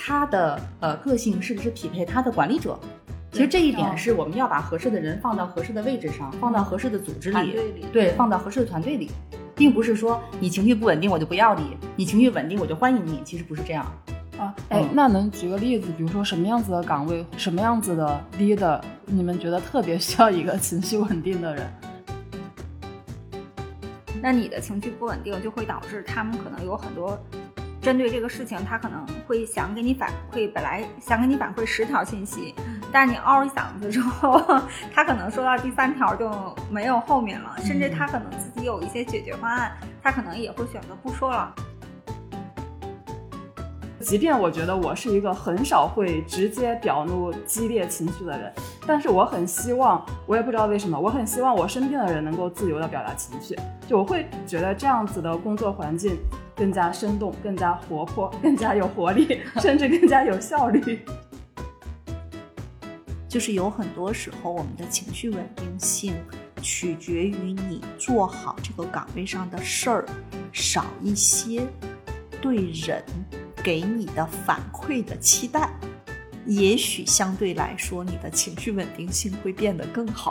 他的个性是不是匹配他的管理者。其实这一点是我们要把合适的人放到合适的位置上，放到合适的组织里，对，放到合适的团队里，并不是说你情绪不稳定我就不要你，你情绪稳定我就欢迎你，其实不是这样啊。那能举个例子，比如说什么样子的岗位，什么样子的 leader， 你们觉得特别需要一个情绪稳定的人？ 那你的情绪不稳定就会导致他们可能有很多针对这个事情，他可能会想给你反馈，本来想给你反馈10条信息，但是你嗷一嗓子之后，他可能说到第3条就没有后面了，甚至他可能自己有一些解决方案，他可能也会选择不说了。 即便我觉得我是一个很少会直接表露激烈情绪的人，但是我很希望，我也不知道为什么，我很希望我身边的人能够自由地表达情绪，就我会觉得这样子的工作环境更加生动，更加活泼，更加有活力，甚至更加有效率。 就是有很多时候我们的情绪稳定性取决于你做好这个岗位上的事儿少一些对人给你的反馈的期待，也许相对来说你的情绪稳定性会变得更好。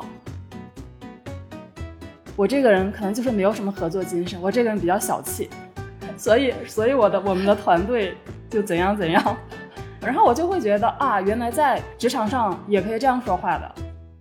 我这个人可能就是没有什么合作精神，我这个人比较小气，所以我们的团队就怎样怎样，然后我就会觉得啊，原来在职场上也可以这样说话的。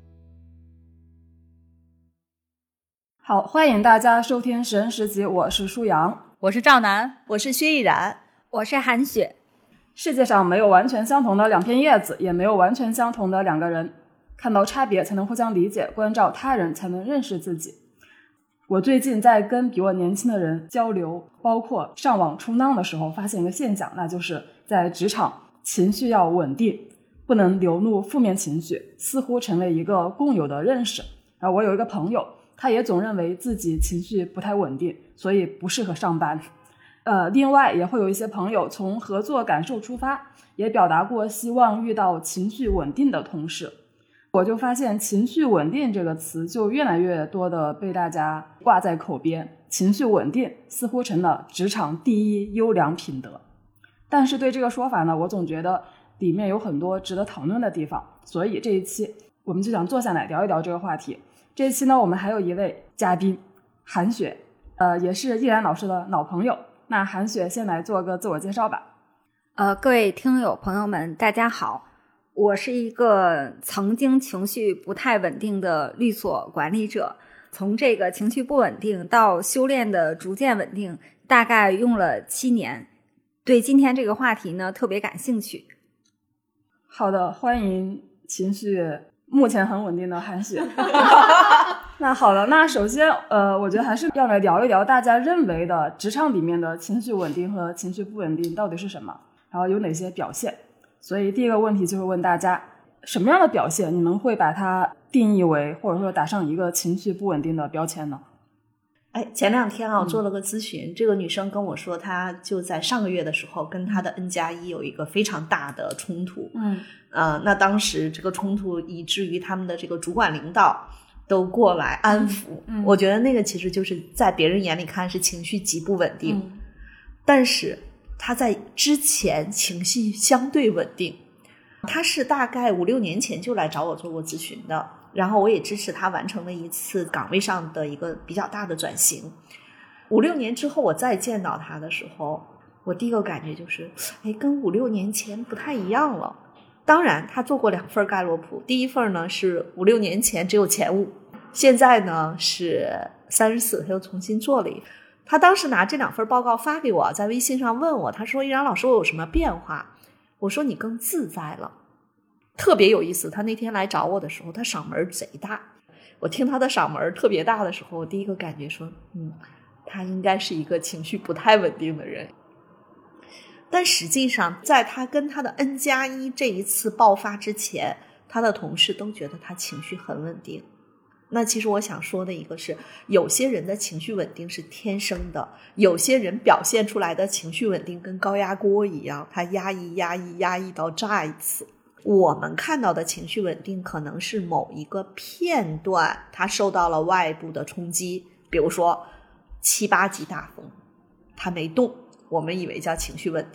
好，欢迎大家收听10人10集，我是舒阳， 我是赵楠， 我是薛逸然， 我是韩雪。 世界上没有完全相同的2片叶子，也没有完全相同的2个人，看到差别才能互相理解，关照他人才能认识自己。我最近在跟比我年轻的人交流，包括上网冲浪的时候，发现一个现象，那就是在职场情绪要稳定，不能流露负面情绪，似乎成为一个共有的认识。然后我有一个朋友，他也总认为自己情绪不太稳定，所以不适合上班。另外也会有一些朋友从合作感受出发，也表达过希望遇到情绪稳定的同事。我就发现情绪稳定这个词就越来越多的被大家挂在口边，情绪稳定似乎成了职场第一优良品德。但是对这个说法呢，我总觉得里面有很多值得讨论的地方，所以这一期我们就想坐下来聊一聊这个话题。这一期呢，我们还有一位嘉宾韩雪，也是逸然老师的老朋友。那韩雪先来做个自我介绍吧。 各位听友朋友们大家好，我是一个曾经情绪不太稳定的律所管理者，从这个情绪不稳定到修炼的逐渐稳定，大概用了7年。对今天这个话题呢特别感兴趣。 好的，欢迎情绪目前很稳定的韩雪。那好了，那首先我觉得还是要来聊一聊大家认为的职场里面的情绪稳定和情绪不稳定到底是什么，然后有哪些表现。所以第一个问题就是问大家，什么样的表现你们会把它定义为或者说打上一个情绪不稳定的标签呢？ 前2天我做了个咨询，这个女生跟我说她就在上个月的时候跟她的 N+1 有一个非常大的冲突。那当时这个冲突以至于他们的这个主管领导都过来安抚。我觉得那个其实就是在别人眼里看是情绪极不稳定，但是他在之前情绪相对稳定。他是大概5-6年前就来找我做过咨询的，然后我也支持他完成了一次岗位上的一个比较大的转型。5-6年之后我再见到他的时候，我第一个感觉就是跟5-6年前不太一样了。当然他做过2份盖洛普，第一份呢是5-6年前只有前5，现在呢是34，他又重新做了一份。他当时拿这2份报告发给我，在微信上问我，他说逸然老师我有什么变化，我说你更自在了。特别有意思，他那天来找我的时候他嗓门贼大，我听他的嗓门特别大的时候，我第一个感觉说他应该是一个情绪不太稳定的人。但实际上在他跟他的 N+1 这一次爆发之前，他的同事都觉得他情绪很稳定。那其实我想说的一个是，有些人的情绪稳定是天生的，有些人表现出来的情绪稳定跟高压锅一样，他压抑到炸一次。我们看到的情绪稳定可能是某一个片段他受到了外部的冲击，比如说7-8级大风他没动，我们以为叫情绪稳定。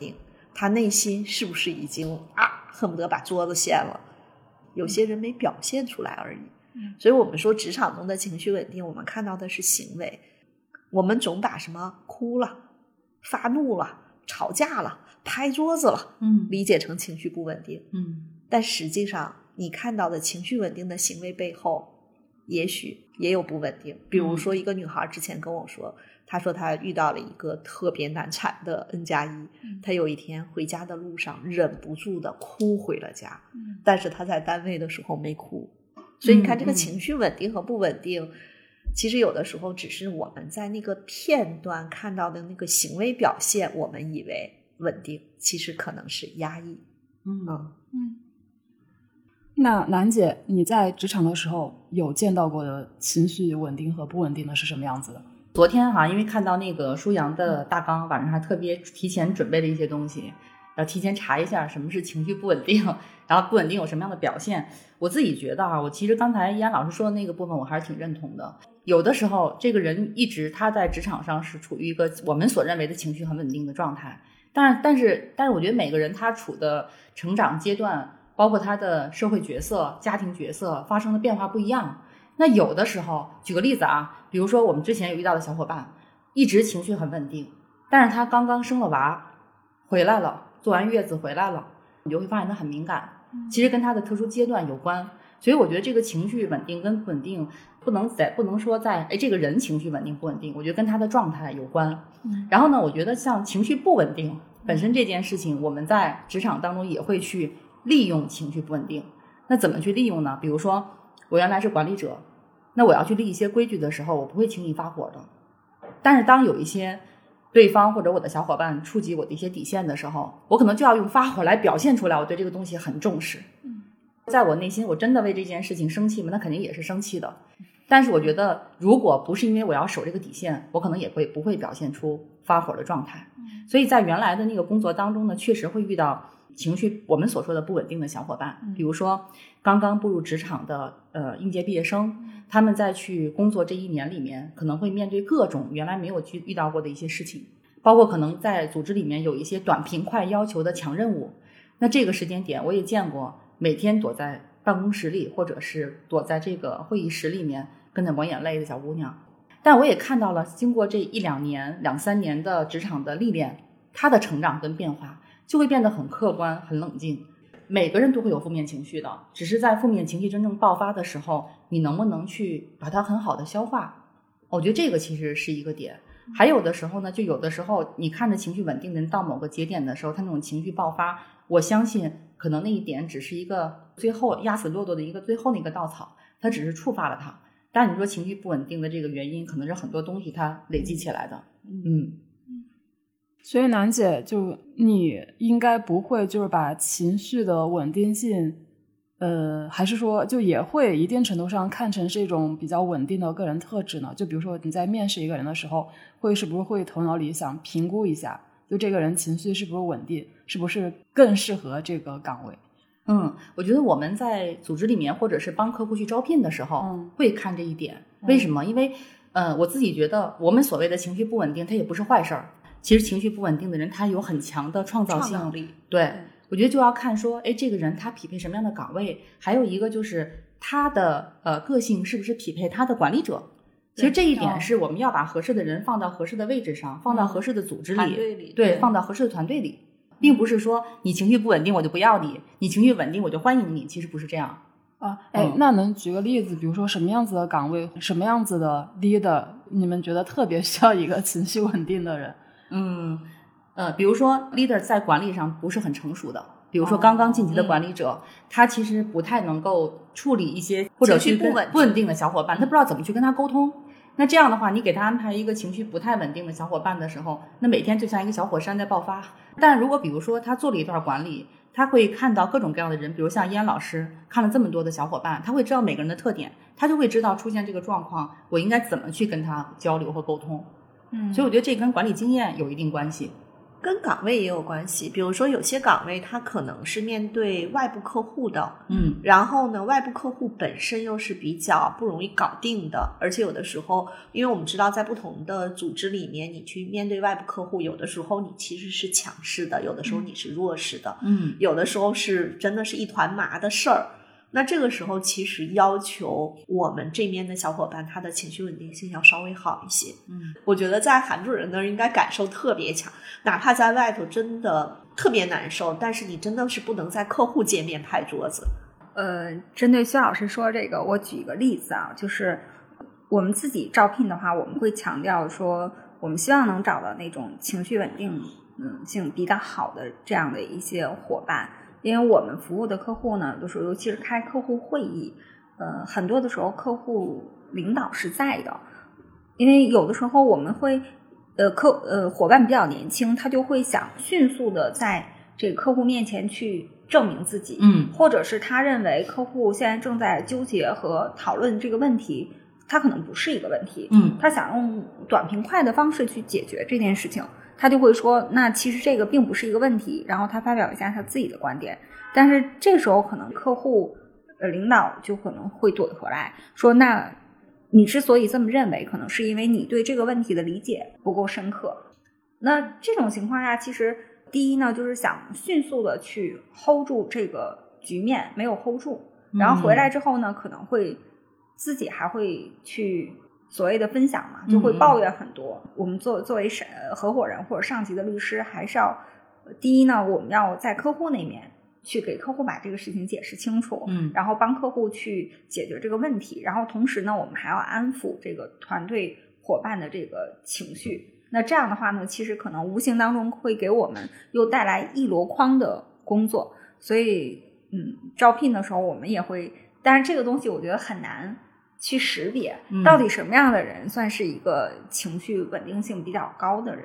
他内心是不是已经恨不得把桌子掀了，有些人没表现出来而已。所以我们说职场中的情绪稳定，我们看到的是行为，我们总把什么哭了、发怒了、吵架了、拍桌子了理解成情绪不稳定。但实际上你看到的情绪稳定的行为背后也许也有不稳定。比如说一个女孩之前跟我说，她说她遇到了一个特别难缠的 N+1，她有一天回家的路上忍不住的哭回了家，但是她在单位的时候没哭。所以你看这个情绪稳定和不稳定，其实有的时候只是我们在那个片段看到的那个行为表现，我们以为稳定，其实可能是压抑。 那楠姐，你在职场的时候有见到过的情绪稳定和不稳定的是什么样子的？ 昨天因为看到那个舒阳的大纲，晚上还特别提前准备了一些东西，要提前查一下什么是情绪不稳定，然后不稳定有什么样的表现。我自己觉得我其实刚才依安老师说的那个部分我还是挺认同的。有的时候这个人一直他在职场上是处于一个我们所认为的情绪很稳定的状态，但是我觉得每个人他处的成长阶段，包括他的社会角色、家庭角色发生的变化不一样。那有的时候举个例子比如说我们之前有遇到的小伙伴一直情绪很稳定，但是他刚刚生了娃回来了，坐完月子回来了，你就会发现他很敏感，其实跟他的特殊阶段有关。所以我觉得这个情绪稳定跟不稳定不能说在这个人情绪稳定不稳定，我觉得跟他的状态有关。然后呢，我觉得像情绪不稳定本身这件事情，我们在职场当中也会去利用情绪不稳定。那怎么去利用呢？比如说我原来是管理者，那我要去立一些规矩的时候，我不会轻易发火的。但是当有一些对方或者我的小伙伴触及我的一些底线的时候，我可能就要用发火来表现出来我对这个东西很重视。在我内心我真的为这件事情生气吗？那肯定也是生气的。但是我觉得如果不是因为我要守这个底线，我可能也不会表现出发火的状态。所以在原来的那个工作当中呢，确实会遇到情绪我们所说的不稳定的小伙伴。比如说刚刚步入职场的应届毕业生，他们在去工作这1年里面，可能会面对各种原来没有遇到过的一些事情，包括可能在组织里面有一些短平快要求的强任务。那这个时间点我也见过每天躲在办公室里或者是躲在这个会议室里面跟着抹眼泪的小姑娘。但我也看到了经过这1-2年2-3年的职场的历练，她的成长跟变化就会变得很客观很冷静。每个人都会有负面情绪的，只是在负面情绪真正爆发的时候，你能不能去把它很好的消化，我觉得这个其实是一个点。还有的时候呢，就有的时候你看着情绪稳定的人到某个节点的时候，他那种情绪爆发，我相信可能那一点只是一个最后压死骆驼的一个最后的一个稻草，它只是触发了它。但你说情绪不稳定的这个原因，可能是很多东西它累积起来的。 所以楠姐，就你应该不会就是把情绪的稳定性还是说就也会一定程度上看成是一种比较稳定的个人特质呢？就比如说你在面试一个人的时候，是不是会头脑里想评估一下，就这个人情绪是不是稳定，是不是更适合这个岗位？ 我觉得我们在组织里面或者是帮客户去招聘的时候会看这一点。为什么？因为我自己觉得我们所谓的情绪不稳定它也不是坏事儿。其实情绪不稳定的人他有很强的创造性力。 对，我觉得就要看说这个人他匹配什么样的岗位，还有一个就是他的个性是不是匹配他的管理者。其实这一点是我们要把合适的人放到合适的位置上，放到合适的组织里，对，放到合适的团队里，并不是说你情绪不稳定我就不要你，你情绪稳定我就欢迎你，其实不是这样那能举个例子，比如说什么样子的岗位，什么样子的 leader 你们觉得特别需要一个情绪稳定的人？ 比如说 leader 在管理上不是很成熟的，比如说刚刚晋级的管理者，他其实不太能够处理一些或者是不稳定的小伙伴，他不知道怎么去跟他沟通。那这样的话，你给他安排一个情绪不太稳定的小伙伴的时候，那每天就像一个小火山在爆发。但如果比如说他做了一段管理，他会看到各种各样的人，比如像依安老师看了这么多的小伙伴，他会知道每个人的特点，他就会知道出现这个状况我应该怎么去跟他交流和沟通。所以我觉得这跟管理经验有一定关系。 跟岗位也有关系，比如说有些岗位它可能是面对外部客户的，然后呢外部客户本身又是比较不容易搞定的，而且有的时候因为我们知道在不同的组织里面，你去面对外部客户，有的时候你其实是强势的，有的时候你是弱势的，有的时候是真的是一团麻的事儿。那这个时候其实要求我们这边的小伙伴他的情绪稳定性要稍微好一些。我觉得在韩主任那儿应该感受特别强，哪怕在外头真的特别难受，但是你真的是不能在客户见面拍桌子。 针对薛老师说这个，我举一个例子啊，就是我们自己招聘的话，我们会强调说我们希望能找到那种情绪稳定性比较好的这样的一些伙伴。因为我们服务的客户呢，就是尤其是开客户会议，很多的时候客户领导是在的，因为有的时候我们会，伙伴比较年轻，他就会想迅速的在这个客户面前去证明自己，或者是他认为客户现在正在纠结和讨论这个问题，他可能不是一个问题，他想用短平快的方式去解决这件事情。他就会说那其实这个并不是一个问题，然后他发表一下他自己的观点，但是这时候可能客户领导就可能会怼回来说，那你之所以这么认为，可能是因为你对这个问题的理解不够深刻。那这种情况下，其实第一呢，就是想迅速的去 hold 住这个局面，没有 hold 住，然后回来之后呢，可能会自己还会去所谓的分享嘛，就会抱怨很多。我们作为合伙人或者上级的律师，还是要第一呢，我们要在客户那面去给客户把这个事情解释清楚，然后帮客户去解决这个问题，然后同时呢，我们还要安抚这个团队伙伴的这个情绪。那这样的话呢，其实可能无形当中会给我们又带来一箩筐的工作。所以招聘的时候我们也会，但是这个东西我觉得很难去识别到底什么样的人算是一个情绪稳定性比较高的人。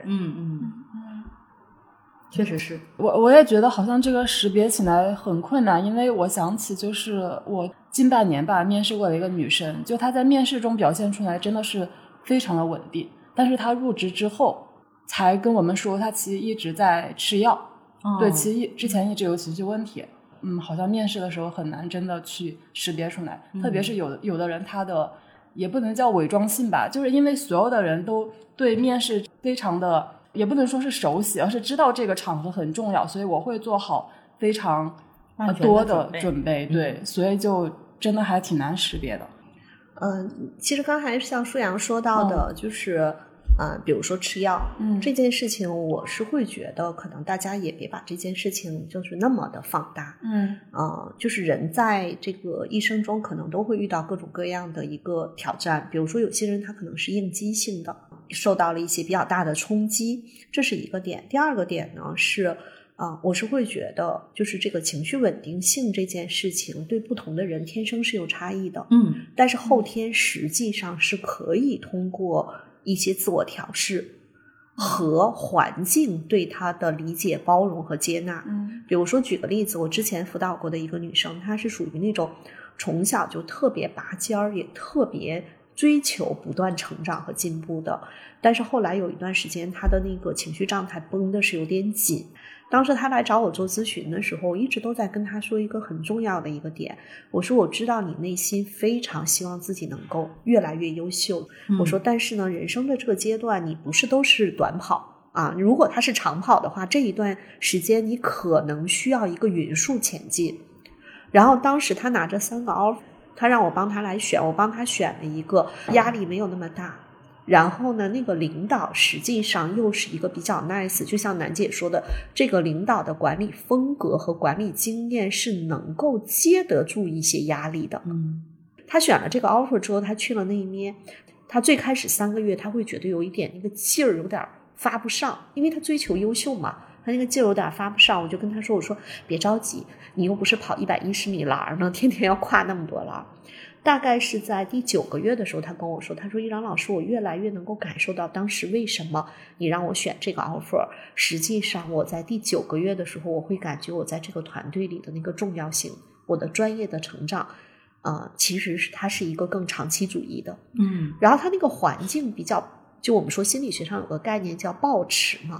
确实是。 我也觉得好像这个识别起来很困难，因为我想起就是我近半年吧面试过的一个女生，就她在面试中表现出来真的是非常的稳定，但是她入职之后才跟我们说她其实一直在吃药，对，其实之前一直有情绪问题。好像面试的时候很难真的去识别出来，特别是有的人他的也不能叫伪装性吧，就是因为所有的人都对面试非常的，也不能说是熟悉，而是知道这个场合很重要，所以我会做好非常多的准备，对，所以就真的还挺难识别的。 其实刚才像舒阳说到的，就是比如说吃药，这件事情我是会觉得可能大家也别把这件事情就是那么的放大。就是人在这个一生中可能都会遇到各种各样的一个挑战，比如说有些人他可能是应激性的，受到了一些比较大的冲击，这是一个点。第二个点呢是我是会觉得就是这个情绪稳定性这件事情对不同的人天生是有差异的，但是后天实际上是可以通过一些自我调试和环境对他的理解、包容和接纳。比如说举个例子，我之前辅导过的一个女生，她是属于那种从小就特别拔尖儿，也特别追求不断成长和进步的，但是后来有一段时间她的那个情绪状态绷的是有点紧。当时他来找我做咨询的时候，我一直都在跟他说一个很重要的一个点，我说我知道你内心非常希望自己能够越来越优秀，我说但是呢，人生的这个阶段你不是都是短跑啊，如果他是长跑的话，这一段时间你可能需要一个匀速前进。然后当时他拿着3个 offer， 他让我帮他来选，我帮他选了一个压力没有那么大，然后呢，那个领导实际上又是一个比较 nice， 就像楠姐说的，这个领导的管理风格和管理经验是能够接得住一些压力的。他选了这个 offer 之后，他去了那一面，他最开始3个月他会觉得有一点那个劲儿有点发不上，因为他追求优秀嘛，他那个劲儿有点发不上。我就跟他说，我说别着急，你又不是跑110米栏呢，天天要跨那么多栏。大概是在第9个月的时候，他跟我说，他说依然老师，我越来越能够感受到当时为什么你让我选这个 offer， 实际上我在第9个月的时候，我会感觉我在这个团队里的那个重要性，我的专业的成长其实是它是一个更长期主义的。然后他那个环境比较，就我们说心理学上有个概念叫抱持嘛，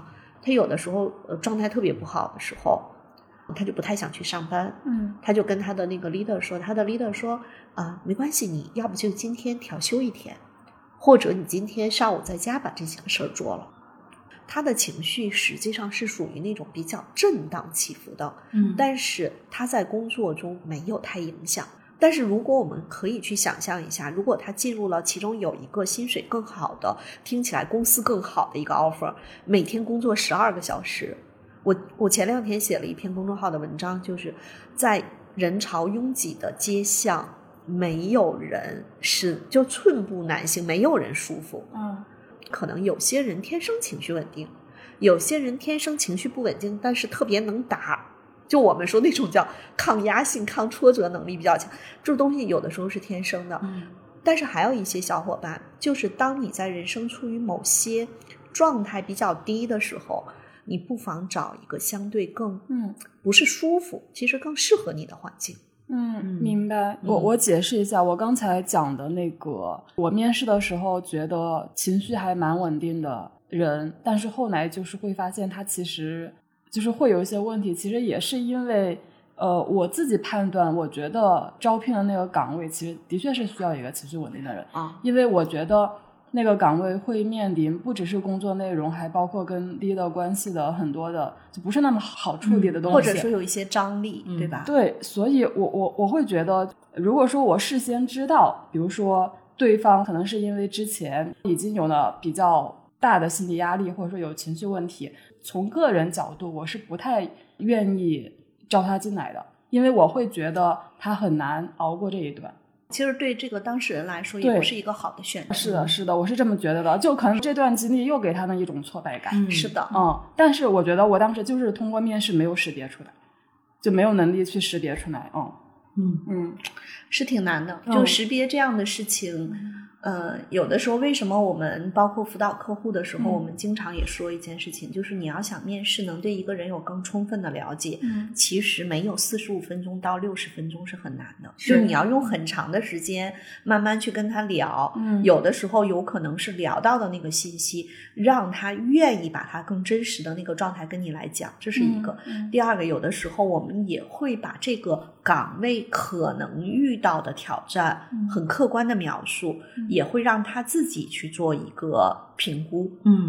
他有的时候状态特别不好的时候，他就不太想去上班。他就跟他的那个 leader 说，他的 leader 说没关系，你要不就今天调休一天，或者你今天上午在家把这几个事儿做了。他的情绪实际上是属于那种比较震荡起伏的，但是他在工作中没有太影响。但是如果我们可以去想象一下，如果他进入了其中有一个薪水更好的，听起来公司更好的一个 offer， 每天工作12个小时。我前2天写了一篇公众号的文章，就是在人潮拥挤的街巷，没有人是就寸步难行，没有人舒服。可能有些人天生情绪稳定，有些人天生情绪不稳定，但是特别能打，就我们说那种叫抗压性、抗挫折能力比较强，这种东西有的时候是天生的。但是还有一些小伙伴，就是当你在人生处于某些状态比较低的时候，你不妨找一个相对更不是舒服，其实更适合你的环境。 明白。我解释一下，我刚才讲的那个，我面试的时候觉得情绪还蛮稳定的人，但是后来就是会发现他其实就是会有一些问题，其实也是因为我自己判断，我觉得招聘的那个岗位其实的确是需要一个情绪稳定的人因为我觉得那个岗位会面临不只是工作内容，还包括跟 leader 关系的很多的就不是那么好处理的东西， 或者说有一些张力，对吧？ 对，所以我会觉得，如果说我事先知道，比如说对方可能是因为之前已经有了比较大的心理压力，或者说有情绪问题，从个人角度我是不太愿意招他进来的，因为我会觉得他很难熬过这一段。 其实对这个当事人来说也不是一个好的选择。 是的，我是这么觉得的，就可能这段经历又给他们一种挫败感。 是的， 但是我觉得我当时就是通过面试没有识别出来，就没有能力去识别出来。 是挺难的，就识别这样的事情。有的时候为什么我们包括辅导客户的时候，我们经常也说一件事情，就是你要想面试能对一个人有更充分的了解，其实没有45分钟到60分钟是很难的，就是你要用很长的时间慢慢去跟他聊，有的时候有可能是聊到的那个信息让他愿意把他更真实的那个状态跟你来讲，这是一个。第二个，有的时候我们也会把这个岗位可能遇到的挑战很客观的描述，也会让他自己去做一个评估。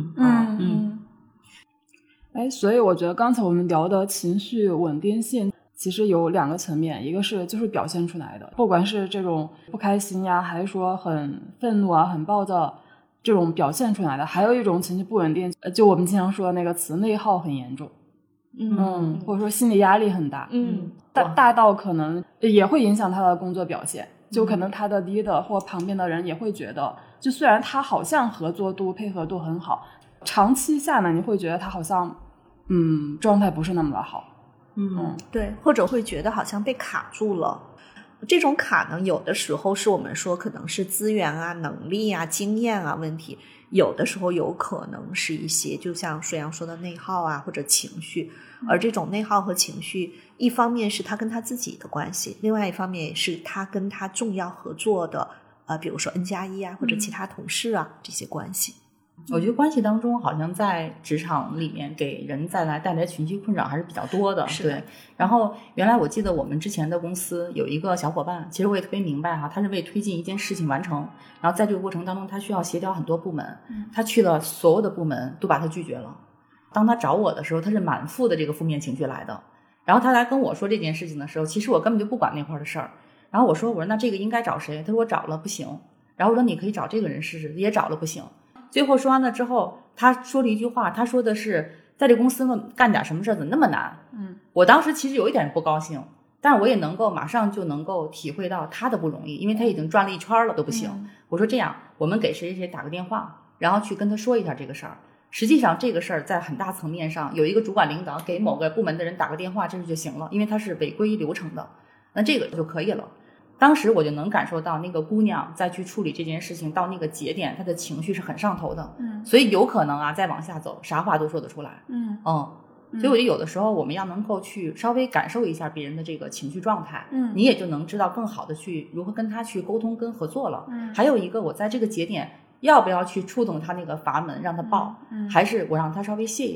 所以我觉得刚才我们聊的情绪稳定性其实有2个层面，一个是就是表现出来的，不管是这种不开心呀，还是说很愤怒啊、很暴躁这种表现出来的，还有一种情绪不稳定，就我们经常说的那个词，内耗很严重。或者说心理压力很大，大到可能也会影响他的工作表现，就可能他的 leader 或旁边的人也会觉得，就虽然他好像合作度配合度很好，长期下来你会觉得他好像状态不是那么的好。 对，或者会觉得好像被卡住了。这种卡呢，有的时候是我们说可能是资源啊、能力啊、经验啊问题，有的时候有可能是一些就像水阳说的内耗啊或者情绪。而这种内耗和情绪，一方面是他跟他自己的关系，另外一方面也是他跟他重要合作的比如说 N+1 啊或者其他同事啊这些关系。 我觉得关系当中好像在职场里面给人带来情绪困扰还是比较多的。对。然后原来我记得我们之前的公司有一个小伙伴，其实我也特别明白他是为推进一件事情完成，然后在这个过程当中他需要协调很多部门，他去了所有的部门都把他拒绝了。当他找我的时候，他是满腹的这个负面情绪来的，然后他来跟我说这件事情的时候，其实我根本就不管那块的事儿。然后我说那这个应该找谁？他说我找了不行。然后我说你可以找这个人试试，也找了不行。最后说完了之后，他说了一句话，他说的是在这公司干点什么事怎么那么难。我当时其实有一点不高兴，但是我也能够马上就能够体会到他的不容易，因为他已经转了一圈了都不行。我说这样，我们给谁谁谁打个电话，然后去跟他说一下这个事儿。实际上这个事儿在很大层面上有一个主管领导给某个部门的人打个电话，这就行了，因为他是违规流程的，那这个就可以了。当时我就能感受到那个姑娘再去处理这件事情到那个节点，她的情绪是很上头的。所以有可能再往下走啥话都说得出来。所以我觉得有的时候我们要能够去稍微感受一下别人的这个情绪状态，你也就能知道更好的去如何跟他去沟通跟合作了。还有一个，我在这个节点要不要去触动他那个阀门让他爆，还是我让他稍微泄一点，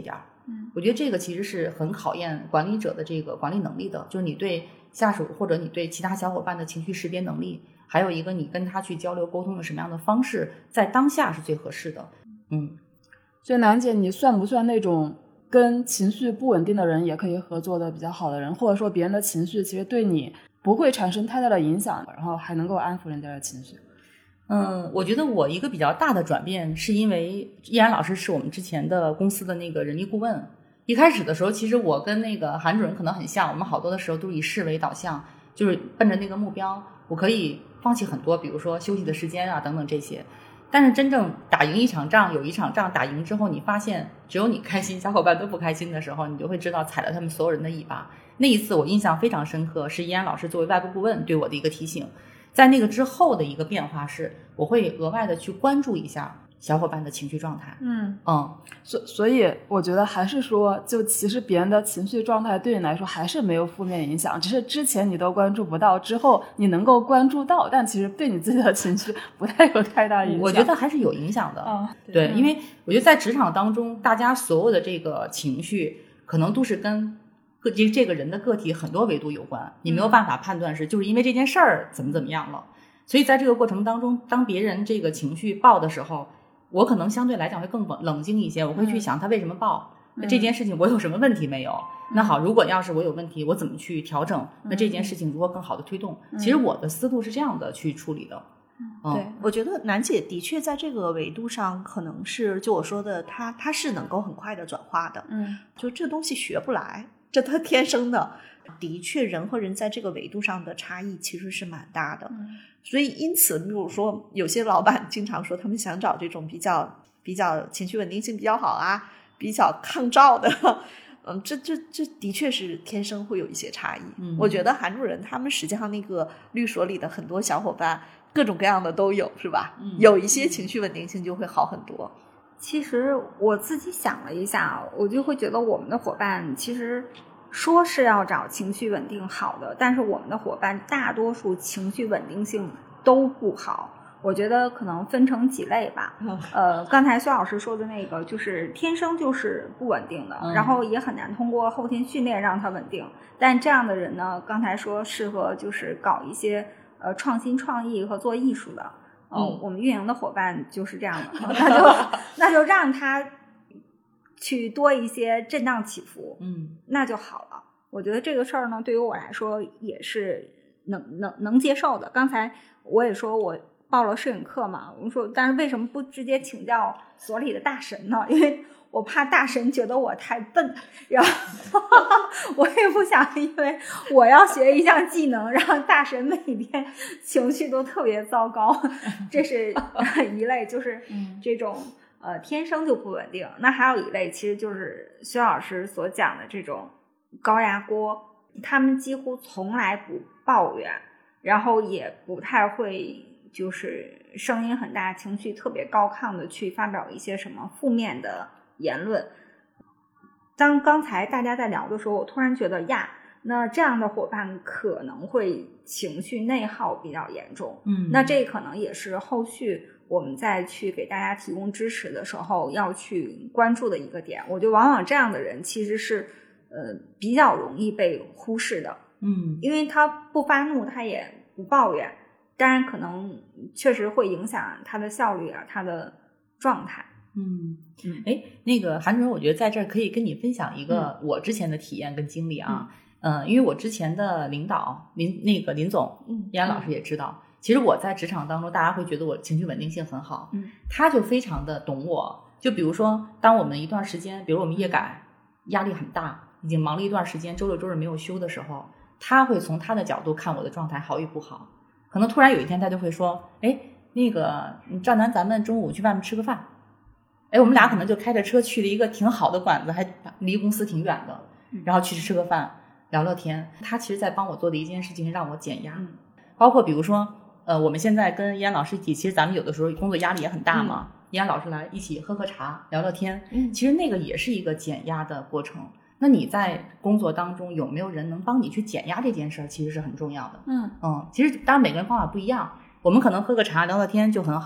我觉得这个其实是很考验管理者的这个管理能力的，就是你对下属或者你对其他小伙伴的情绪识别能力，还有一个你跟他去交流沟通的什么样的方式在当下是最合适的。 所以楠姐，你算不算那种跟情绪不稳定的人也可以合作的比较好的人，或者说别人的情绪其实对你不会产生太大的影响，然后还能够安抚人家的情绪？ 我觉得我一个比较大的转变是因为依然老师是我们之前的公司的那个人力顾问。一开始的时候，其实我跟那个韩主任可能很像，我们好多的时候都以事为导向，就是奔着那个目标，我可以放弃很多，比如说休息的时间啊等等这些。但是真正打赢一场仗，有一场仗打赢之后，你发现只有你开心，小伙伴都不开心的时候，你就会知道踩了他们所有人的尾巴。那一次我印象非常深刻，是依然老师作为外部顾问对我的一个提醒。在那个之后的一个变化是，我会额外的去关注一下小伙伴的情绪状态。 所以我觉得还是说，就其实别人的情绪状态对你来说还是没有负面影响，只是之前你都关注不到，之后你能够关注到，但其实对你自己的情绪不太有太大影响。 我觉得还是有影响的。对，因为我觉得在职场当中，大家所有的这个情绪可能都是跟这个人的个体很多维度有关，你没有办法判断是就是因为这件事儿怎么样了。所以在这个过程当中，当别人这个情绪爆的时候，我可能相对来讲会更冷静一些，我会去想他为什么爆，这件事情我有什么问题没有。那好，如果要是我有问题，我怎么去调整，那这件事情如何更好的推动。其实我的思路是这样的去处理的。 对，我觉得楠姐的确在这个维度上可能是就我说的，她是能够很快的转化的。就这东西学不来，这他天生的。的确人和人在这个维度上的差异其实是蛮大的。所以因此比如说有些老板经常说他们想找这种比较情绪稳定性比较好啊，比较抗照的。这的确是天生会有一些差异。我觉得韩主任他们实际上那个律所里的很多小伙伴各种各样的都有，是吧？有一些情绪稳定性就会好很多。 其实我自己想了一下，我就会觉得我们的伙伴其实说是要找情绪稳定好的，但是我们的伙伴大多数情绪稳定性都不好。我觉得可能分成几类吧。刚才薛老师说的那个就是天生就是不稳定的，然后也很难通过后天训练让他稳定。但这样的人呢，刚才说适合就是搞一些创新创意和做艺术的。我们运营的伙伴就是这样的。那就让他去多一些震荡起伏，那就好了。我觉得这个事儿呢，对于我来说也是能接受的。刚才我也说我报了摄影课嘛，我们说，但是为什么不直接请教所里的大神呢？因为我怕大神觉得我太笨，然后我也不想因为我要学一项技能让大神每天情绪都特别糟糕。这是一类，就是这种天生就不稳定。那还有一类其实就是薛老师所讲的这种高压锅，他们几乎从来不抱怨，然后也不太会就是声音很大情绪特别高亢的去发表一些什么负面的言论。当刚才大家在聊的时候，我突然觉得那这样的伙伴可能会情绪内耗比较严重。那这可能也是后续我们再去给大家提供支持的时候要去关注的一个点。我觉得往往这样的人其实是比较容易被忽视的。因为他不发怒，他也不抱怨，当然可能确实会影响他的效率啊，他的状态。 那个韩主任，我觉得在这儿可以跟你分享一个我之前的体验跟经历啊。因为我之前的领导林总，依然老师也知道，其实我在职场当中，大家会觉得我情绪稳定性很好。他就非常的懂我。就比如说，当我们一段时间，比如我们业改压力很大，已经忙了一段时间，周六周日没有休的时候，他会从他的角度看我的状态好与不好。可能突然有一天他就会说，那个赵楠，咱们中午去外面吃个饭。我们俩可能就开着车去了一个挺好的馆子，还离公司挺远的，然后去吃个饭聊聊天。他其实在帮我做的一件事情是让我减压。包括比如说我们现在跟依然老师一起，其实咱们有的时候工作压力也很大嘛，依然老师来一起喝喝茶聊聊天，其实那个也是一个减压的过程。那你在工作当中有没有人能帮你去减压这件事儿，其实是很重要的。其实当然每个人方法不一样，我们可能喝个茶聊聊天就很好，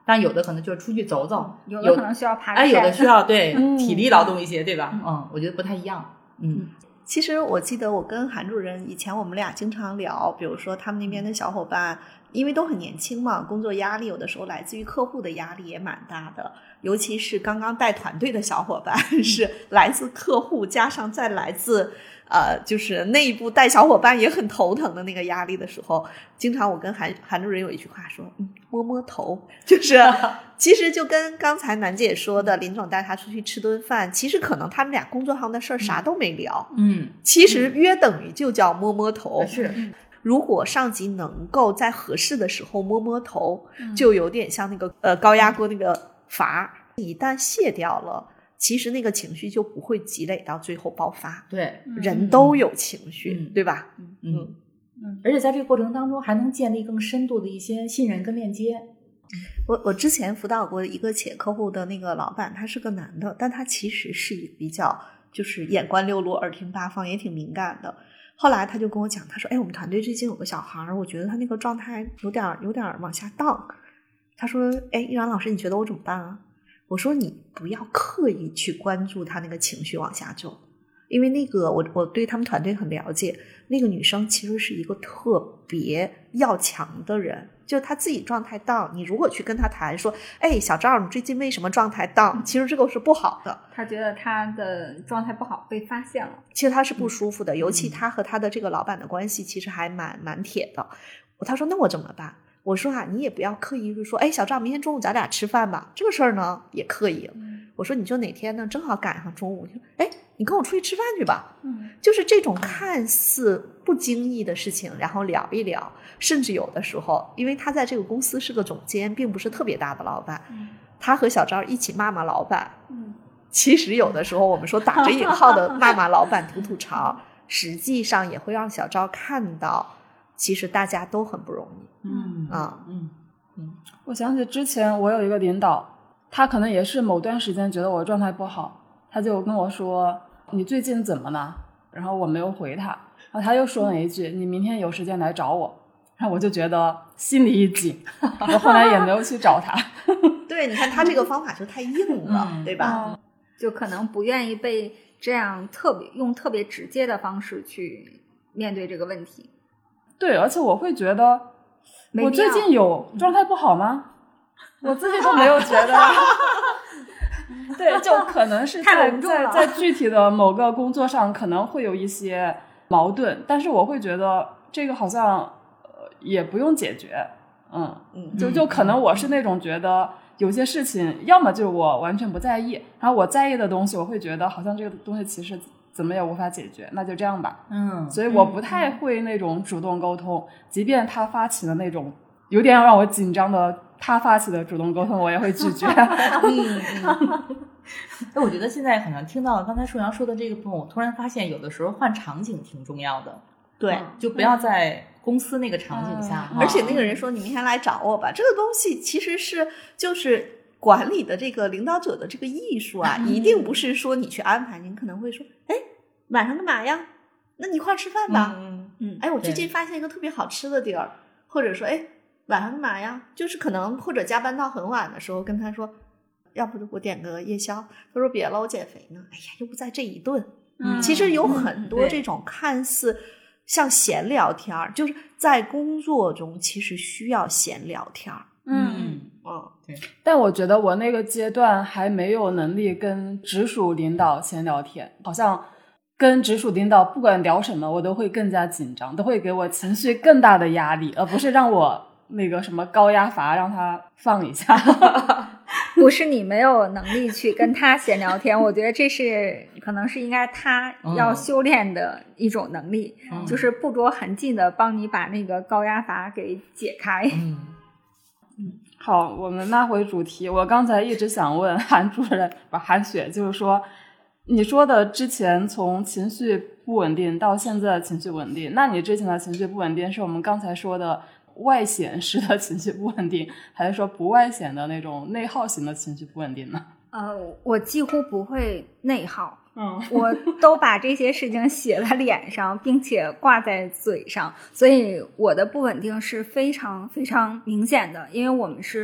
但有的可能就是出去走走， 有的可能需要爬山， 有的需要对体力劳动一些，对吧？我觉得不太一样。 其实我记得我跟韩主任以前我们俩经常聊，比如说他们那边的小伙伴，因为都很年轻嘛，工作压力有的时候来自于客户的压力也蛮大的，尤其是刚刚带团队的小伙伴是来自客户加上再来自就是内部带小伙伴也很头疼的那个压力的时候，经常我跟韩主任有一句话说摸摸头，就是其实就跟刚才楠姐说的，林总带他出去吃顿饭，其实可能他们俩工作上的事儿啥都没聊，其实约等于就叫摸摸头。 是， 如果上级能够在合适的时候摸摸头，就有点像那个高压锅那个阀，一旦卸掉了，其实那个情绪就不会积累到最后爆发。 对， 人都有情绪，对吧？ 而且在这个过程当中还能建立更深度的一些信任跟链接。 我之前辅导过一个企业客户的那个老板，他是个男的，但他其实是一个比较就是眼观六路耳听八方，也挺敏感的。后来他就跟我讲，他说我们团队最近有个小孩，我觉得他那个状态有点往下荡。他说依然老师你觉得我怎么办啊？我说你不要刻意去关注他那个情绪往下走，因为那个我对他们团队很了解，那个女生其实是一个特别要强的人，就她自己状态down，你如果去跟她谈说小赵你最近为什么状态down，其实这个是不好的， 她觉得她的状态不好被发现了， 其实她是不舒服的，尤其她和她的这个老板的关系其实还蛮铁的。他说那我怎么办？我说你也不要刻意说小赵明天中午咱俩吃饭吧，这个事儿呢也可以。我说你就哪天呢正好赶上中午，就你跟我出去吃饭去吧。就是这种看似不经意的事情，然后聊一聊，甚至有的时候因为他在这个公司是个总监，并不是特别大的老板，他和小赵一起骂骂老板。其实有的时候我们说打着引号的骂骂老板吐槽，实际上也会让小赵看到其实大家都很不容易。 我想起之前我有一个领导，他可能也是某段时间觉得我状态不好，他就跟我说你最近怎么了？然后我没有回他，然后他又说了一句你明天有时间来找我，然后我就觉得心里一紧，我后来也没有去找他。 对，你看他这个方法就太硬了，对吧？ 就可能不愿意被这样用特别直接的方式去面对这个问题。 对，而且我会觉得我最近有状态不好吗？我自己都没有觉得。对，就可能是在具体的某个工作上可能会有一些矛盾，但是我会觉得这个好像也不用解决。就可能我是那种觉得有些事情要么就是我完全不在意，然后我在意的东西我会觉得好像这个东西其实怎么也无法解决，那就这样吧。所以我不太会那种主动沟通，即便他发起的那种有点让我紧张的他发起的主动沟通，我也会拒绝。 我觉得现在可能听到刚才树阳说的这个部分，我突然发现有的时候换场景挺重要的。 对， 就不要在公司那个场景下。 而且那个人说你明天来找我吧，这个东西其实就是管理的这个领导者的这个艺术啊，一定不是说你去安排，你可能会说晚上干嘛呀？那你一块吃饭吧。我最近发现一个特别好吃的地儿，或者说晚上干嘛呀？就是可能或者加班到很晚的时候跟他说，要不我点个夜宵。他说别了，我减肥呢。又不在这一顿。其实有很多这种看似像闲聊天，就是在工作中其实需要闲聊天。 对。但我觉得我那个阶段还没有能力跟直属领导闲聊天，好像跟直属领导不管聊什么我都会更加紧张，都会给我情绪更大的压力，而不是让我那个什么高压阀让他放一下。 不是你没有能力去跟他闲聊天，我觉得这是可能是应该他要修炼的一种能力，就是不着痕迹的帮你把那个高压阀给解开。 好，我们拉回主题。我刚才一直想问韩主任韩雪，就是说你说的之前从情绪不稳定到现在的情绪稳定，那你之前的情绪不稳定是我们刚才说的外显式的情绪不稳定，还是说不外显的那种内耗型的情绪不稳定呢？ 我几乎不会内耗。我都把这些事情写在脸上，并且挂在嘴上，所以我的不稳定是非常非常明显的。因为我们是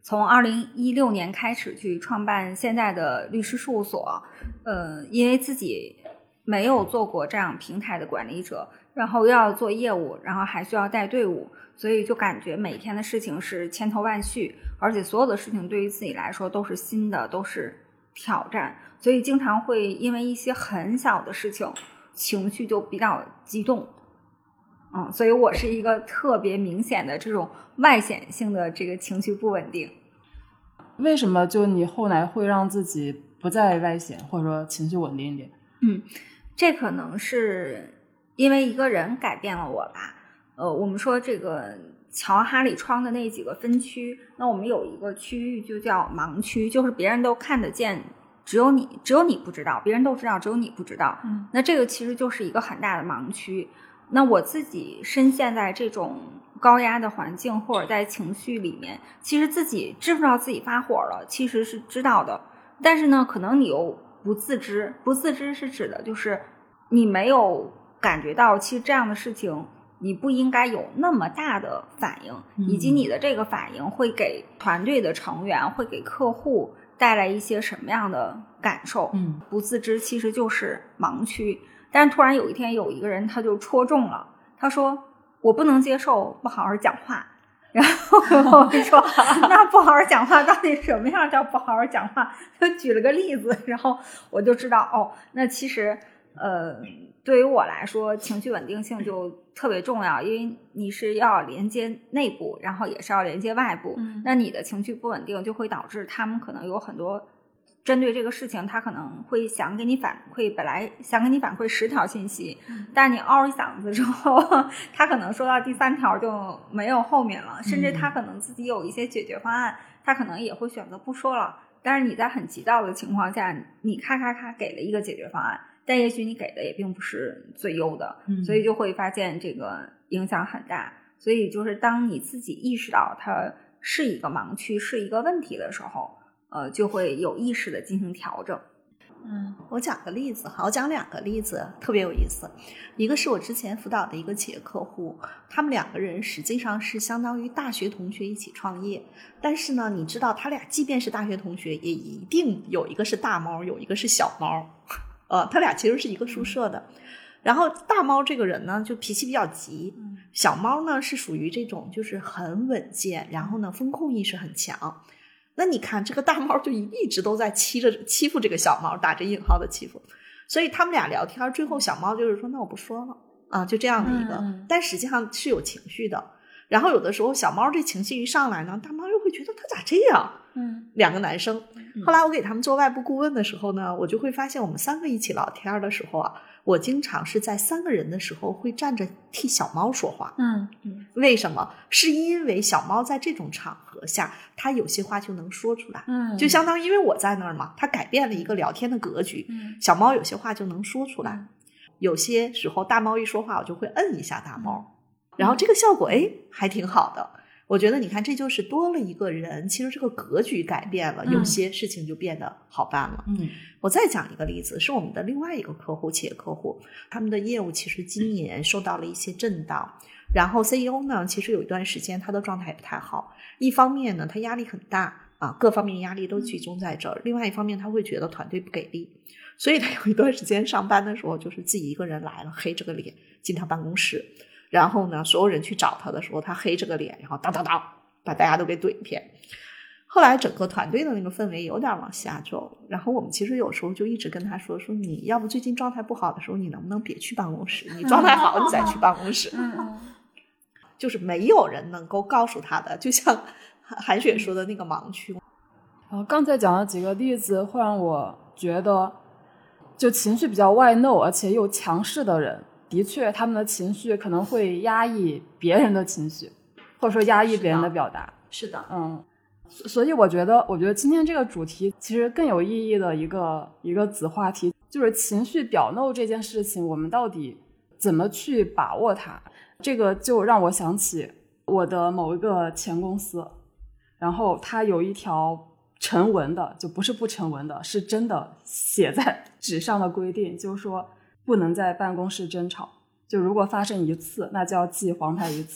从2016年开始去创办现在的律师事务所，因为自己没有做过这样平台的管理者，然后又要做业务，然后还需要带队伍，所以就感觉每天的事情是千头万绪，而且所有的事情对于自己来说都是新的，都是挑战，所以经常会因为一些很小的事情情绪就比较激动。所以我是一个特别明显的这种外显性的这个情绪不稳定。 为什么就你后来会让自己不再外显，或者说情绪稳定一点？ 这可能是因为一个人改变了我吧。我们说这个乔哈里窗的那几个分区，那我们有一个区域就叫盲区，就是别人都看得见，只有你不知道，别人都知道，只有你不知道。那这个其实就是一个很大的盲区。那我自己深陷在这种高压的环境或者在情绪里面，其实自己知不知道自己发火了，其实是知道的，但是呢可能你又不自知是指的就是你没有感觉到其实这样的事情你不应该有那么大的反应，以及你的这个反应会给团队的成员，会给客户带来一些什么样的感受。不自知其实就是盲区。但是突然有一天有一个人他就戳中了，他说我不能接受不好好讲话。然后我就说那不好好讲话到底什么样叫不好好讲话，就举了个例子，然后我就知道那其实对于我来说情绪稳定性就特别重要，因为你是要连接内部，然后也是要连接外部。那你的情绪不稳定就会导致他们可能有很多针对这个事情他可能会想给你反馈，本来想给你反馈10条信息，但你嗷一嗓子之后他可能说到第3条就没有后面了，甚至他可能自己有一些解决方案，他可能也会选择不说了。但是你在很急躁的情况下，你咔给了一个解决方案，但也许你给的也并不是最优的，所以就会发现这个影响很大。所以就是当你自己意识到它是一个盲区，是一个问题的时候，就会有意识的进行调整。 我讲个例子哈，我讲2个例子特别有意思。一个是我之前辅导的一个企业客户，他们2个人实际上是相当于大学同学一起创业，但是呢你知道他俩即便是大学同学也一定有一个是大猫，有一个是小猫，他俩其实是一个宿舍的。然后大猫这个人呢就脾气比较急，小猫呢是属于这种就是很稳健，然后呢风控意识很强。那你看这个大猫就一直都在欺负这个小猫，打着引号的欺负，所以他们俩聊天，最后小猫就是说那我不说了就这样的一个，但实际上是有情绪的。然后有的时候小猫这情绪一上来呢，大猫又会觉得他咋这样，2个男生。后来我给他们做外部顾问的时候呢，我就会发现我们3个一起聊天的时候啊，我经常是在3个人的时候会站着替小猫说话。为什么？是因为小猫在这种场合下它有些话就能说出来，就相当于因为我在那儿嘛，它改变了一个聊天的格局，小猫有些话就能说出来。有些时候大猫一说话我就会摁一下大猫，然后这个效果还挺好的。我觉得你看这就是多了一个人，其实这个格局改变了，有些事情就变得好办了。我再讲一个例子，是我们的另外一个客户，企业客户，他们的业务其实今年受到了一些震荡，然后 CEO 呢其实有一段时间他的状态也不太好，一方面呢他压力很大各方面压力都集中在这儿，另外一方面他会觉得团队不给力，所以他有一段时间上班的时候就是自己一个人来了，黑着个脸进他办公室，然后呢所有人去找他的时候他黑着个脸，然后当把大家都给怼一片。后来整个团队的那个氛围有点往下走，然后我们其实有时候就一直跟他说你要不最近状态不好的时候你能不能别去办公室，你状态好你再去办公室。就是没有人能够告诉他的，就像韩雪说的那个盲区。 刚才讲的几个例子会让我觉得，就情绪比较外露而且又强势的人，的确他们的情绪可能会压抑别人的情绪，或者说压抑别人的表达。 是的。 所以我觉得今天这个主题其实更有意义的一个子话题，就是情绪表露这件事情我们到底怎么去把握它。这个就让我想起我的某一个前公司，然后它有一条成文的，就不是不成文的，是真的写在纸上的规定，就是说不能在办公室争吵，就如果发生1次那就要记黄牌1次，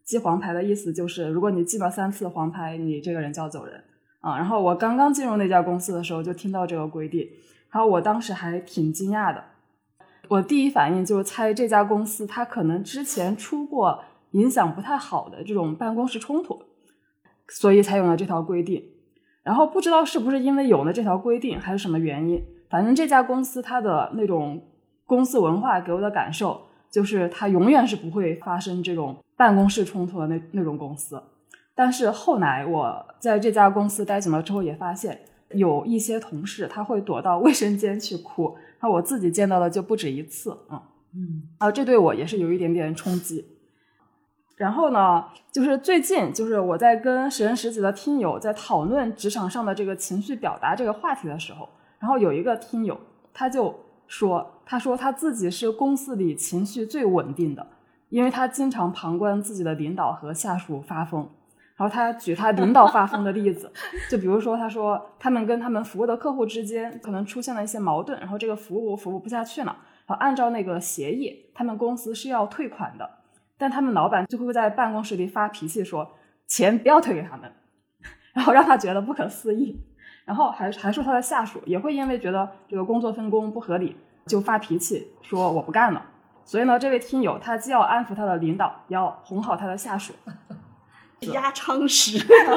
记黄牌的意思就是如果你记了3次黄牌，你这个人就要走人啊。然后我刚刚进入那家公司的时候就听到这个规定，然后我当时还挺惊讶的。我第一反应就是猜这家公司它可能之前出过影响不太好的这种办公室冲突，所以才有了这条规定。然后不知道是不是因为有了这条规定还是什么原因，反正这家公司它的那种公司文化给我的感受就是它永远是不会发生这种办公室冲突的那种公司。但是后来我在这家公司待久了之后也发现有一些同事他会躲到卫生间去哭，然后我自己见到的就不止一次。这对我也是有一点点冲击。然后呢，就是最近就是我在跟10人10己的听友在讨论职场上的这个情绪表达这个话题的时候，然后有一个听友他说他自己是公司里情绪最稳定的，因为他经常旁观自己的领导和下属发疯。然后他举他领导发疯的例子，就比如说他说他们跟他们服务的客户之间可能出现了一些矛盾，然后这个服务不下去了，然后按照那个协议他们公司是要退款的，但他们老板就会在办公室里发脾气说钱不要退给他们，然后让他觉得不可思议。然后还说他的下属也会因为觉得这个工作分工不合理就发脾气说我不干了。所以呢，这位听友他既要安抚他的领导，也要哄好他的下属， 压舱石。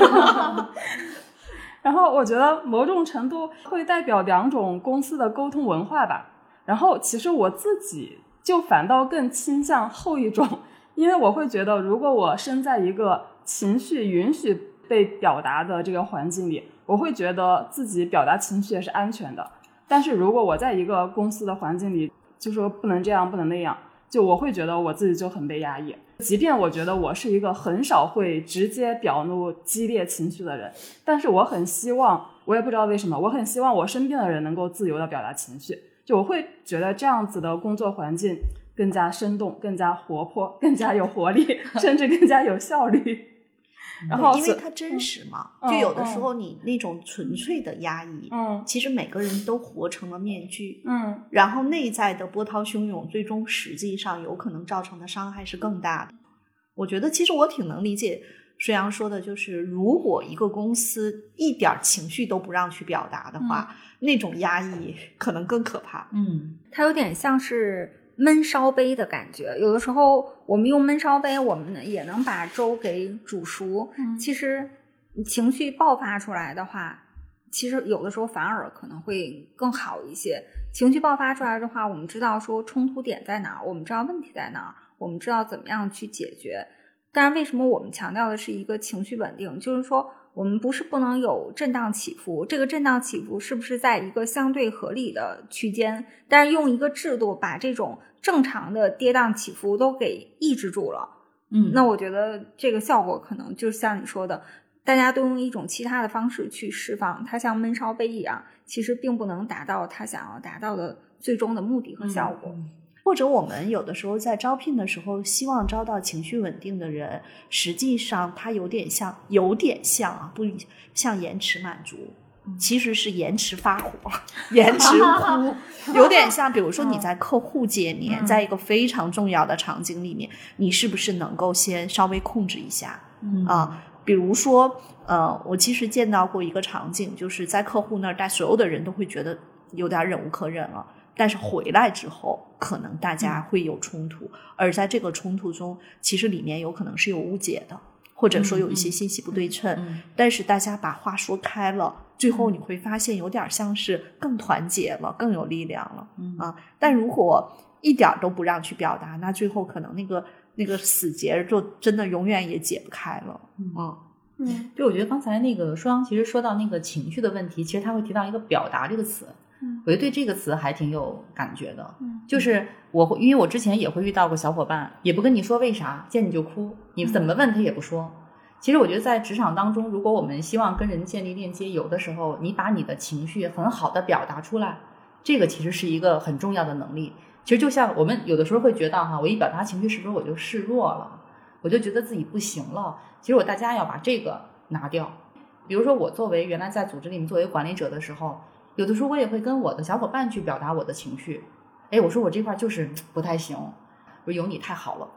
然后我觉得某种程度会代表2种公司的沟通文化吧。然后其实我自己就反倒更倾向后一种，因为我会觉得如果我身在一个情绪允许被表达的这个环境里，我会觉得自己表达情绪也是安全的。但是如果我在一个公司的环境里就说不能这样不能那样，就我会觉得我自己就很被压抑。即便我觉得我是一个很少会直接表露激烈情绪的人，但是我很希望，我也不知道为什么，我很希望我身边的人能够自由地表达情绪。就我会觉得这样子的工作环境更加生动，更加活泼，更加有活力，甚至更加有效率。然后因为它真实嘛，就有的时候你那种纯粹的压抑，其实每个人都活成了面具，然后内在的波涛汹涌，最终实际上有可能造成的伤害是更大的。我觉得其实我挺能理解水阳说的，就是如果一个公司一点情绪都不让去表达的话，那种压抑可能更可怕。 它有点像是焖烧杯的感觉，有的时候我们用焖烧杯我们也能把粥给煮熟，其实情绪爆发出来的话，其实有的时候反而可能会更好一些。情绪爆发出来的话，我们知道说冲突点在哪儿，我们知道问题在哪儿，我们知道怎么样去解决。但是为什么我们强调的是一个情绪稳定，就是说我们不是不能有震荡起伏，这个震荡起伏是不是在一个相对合理的区间，但是用一个制度把这种正常的跌宕起伏都给抑制住了。那我觉得这个效果可能就像你说的，大家都用一种其他的方式去释放，它像焖烧杯一样，其实并不能达到它想要达到的最终的目的和效果。 或者我们有的时候在招聘的时候希望招到情绪稳定的人，实际上它有点像啊，不像延迟满足，其实是延迟发火，延迟哭，有点像比如说你在客户见面，在一个非常重要的场景里面，你是不是能够先稍微控制一下比如说我其实见到过一个场景，就是在客户那儿，所有的人都会觉得有点忍无可忍了，但是回来之后可能大家会有冲突，而在这个冲突中其实里面有可能是有误解的，或者说有一些信息不对称，但是大家把话说开了，最后你会发现有点像是更团结了，更有力量了但如果一点都不让去表达，那最后可能那个死结就真的永远也解不开了。 对，我觉得刚才那个舒阳其实说到那个情绪的问题，其实他会提到一个表达这个词，我觉得对这个词还挺有感觉的。就是因为我之前也会遇到过小伙伴，也不跟你说为啥，见你就哭，你怎么问他也不说。其实我觉得在职场当中，如果我们希望跟人建立链接，有的时候你把你的情绪很好的表达出来，这个其实是一个很重要的能力。其实就像我们有的时候会觉得我一表达情绪是不是我就示弱了，我就觉得自己不行了。其实大家要把这个拿掉。比如说我作为原来在组织里面作为管理者的时候，有的时候我也会跟我的小伙伴去表达我的情绪，我说我这块就是不太行，我说有你太好了。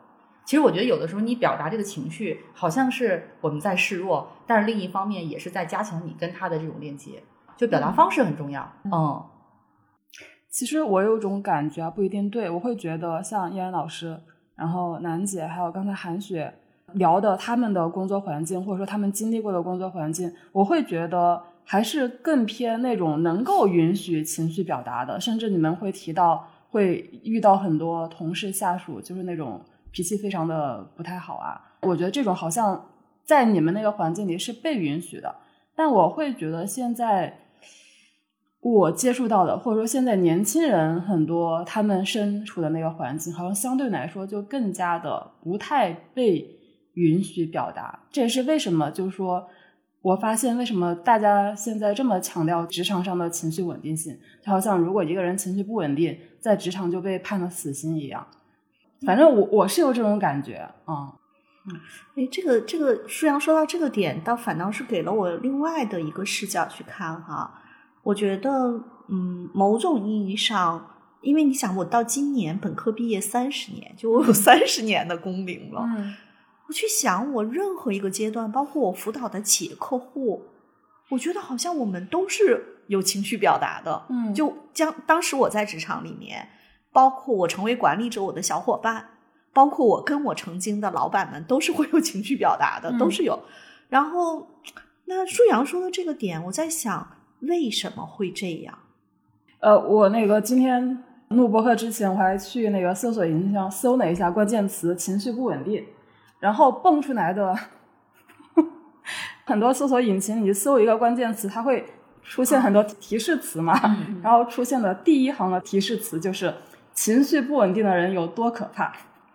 其实我觉得有的时候你表达这个情绪好像是我们在示弱，但是另一方面也是在加强你跟他的这种链接，就表达方式很重要。 其实我有种感觉不一定对，我会觉得像依然老师，然后楠姐还有刚才韩雪聊的他们的工作环境，或者说他们经历过的工作环境，我会觉得还是更偏那种能够允许情绪表达的，甚至你们会提到会遇到很多同事下属就是那种脾气非常的不太好啊，我觉得这种好像在你们那个环境里是被允许的，但我会觉得现在我接触到的，或者说现在年轻人很多他们身处的那个环境好像相对来说就更加的不太被允许表达。这也是为什么就是说我发现为什么大家现在这么强调职场上的情绪稳定性，就好像如果一个人情绪不稳定，在职场就被判了死刑一样。反正我是有这种感觉。 这个舒阳说到这个点，反倒是给了我另外的一个视角去看哈。我觉得某种意义上，因为你想我到今年本科毕业30年，就我有30年的工龄了。我去想我任何一个阶段，包括我辅导的企业客户，我觉得好像我们都是有情绪表达的。就当时我在职场里面，包括我成为管理者，我的小伙伴，包括我跟我曾经的老板们，都是会有情绪表达的，都是有。然后那舒阳说的这个点，我在想为什么会这样。 我那个今天录播客之前，我还去那个搜索引擎上搜了一下关键词情绪不稳定，然后蹦出来的很多搜索引擎，你搜一个关键词它会出现很多提示词嘛，然后出现的第一行的提示词就是情绪不稳定的人有多可怕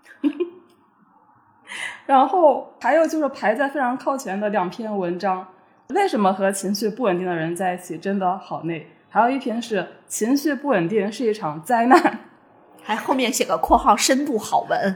然后还有就是排在非常靠前的2篇文章，为什么和情绪不稳定的人在一起真的好累，还有一篇是情绪不稳定是一场灾难， 还后面写个括号深度好文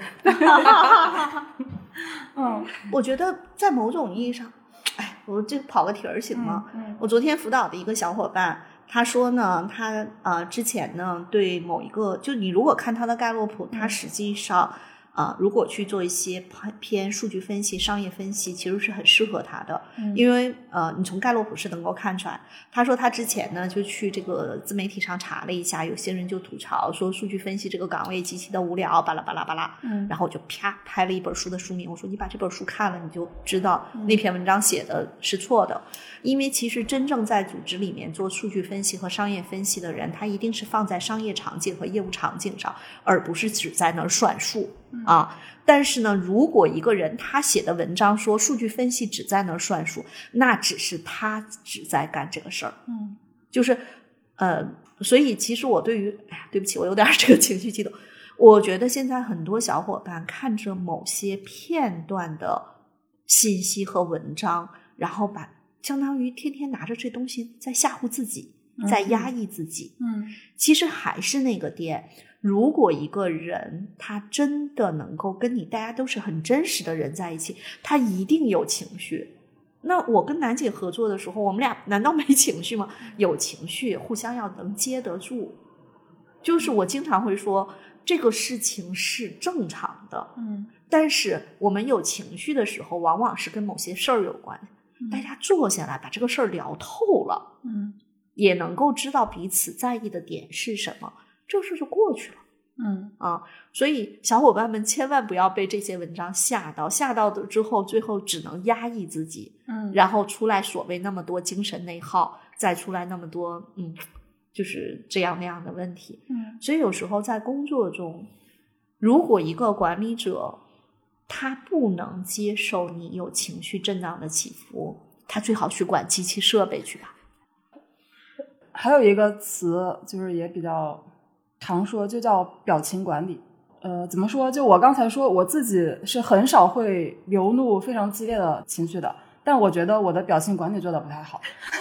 我觉得在某种意义上，我这跑个题儿行吗？我昨天辅导的一个小伙伴，他说呢，他之前呢对某一个，就你如果看他的盖洛普，他实际上如果去做一些偏数据分析、商业分析，其实是很适合他的。因为你从盖洛普是能够看出来。他说他之前呢就去这个自媒体上查了一下，有些人就吐槽说数据分析这个岗位极其的无聊，巴拉巴拉巴拉。然后我就啪拍了一本书的书名，我说你把这本书看了，你就知道那篇文章写的是错的。因为其实真正在组织里面做数据分析和商业分析的人，他一定是放在商业场景和业务场景上，而不是只在那儿算数。但是呢，如果一个人他写的文章说数据分析只在那儿算数，那只是他只在干这个事儿。就是所以其实我对于对不起，我有点这个情绪激动。我觉得现在很多小伙伴看着某些片段的信息和文章，然后相当于天天拿着这东西在吓唬自己，在压抑自己。其实还是那个点，如果一个人他真的能够跟你大家都是很真实的人在一起，他一定有情绪。那我跟楠姐合作的时候，我们俩难道没情绪吗？有情绪，互相要能接得住。就是我经常会说这个事情是正常的，但是我们有情绪的时候往往是跟某些事儿有关，大家坐下来把这个事儿聊透了，也能够知道彼此在意的点是什么，这事就过去了。所以小伙伴们千万不要被这些文章吓到之后最后只能压抑自己，然后出来所谓那么多精神内耗，再出来那么多就是这样那样的问题。所以有时候在工作中，如果一个管理者他不能接受你有情绪震荡的起伏，他最好去管机器设备去吧。 还有一个词就是也比较常说，就叫表情管理。怎么说，就我刚才说我自己是很少会流露非常激烈的情绪的，但我觉得我的表情管理做得不太好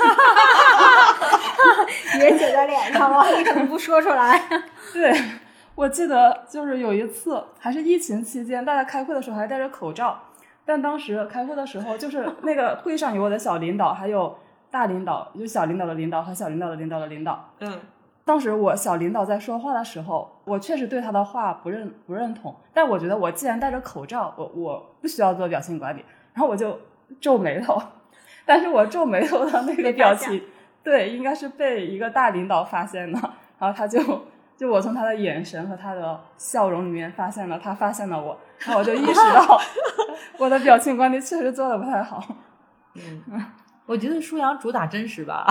也写在脸上了，你怎么不说出来？ 对，我记得就是有一次还是疫情期间，大家开会的时候还戴着口罩，但当时开会的时候就是那个会上有我的小领导，还有大领导，就小领导的领导和小领导的领导的领导。 当时我小领导在说话的时候，我确实对他的话不认同，但我觉得我既然戴着口罩，我不需要做表情管理，然后我就皱眉头，但是我皱眉头的那个表情，对，应该是被一个大领导发现的，然后他就我从他的眼神和他的笑容里面发现了，他发现了我，然后我就意识到我的表情管理确实做的不太好。 我觉得舒阳主打真实吧。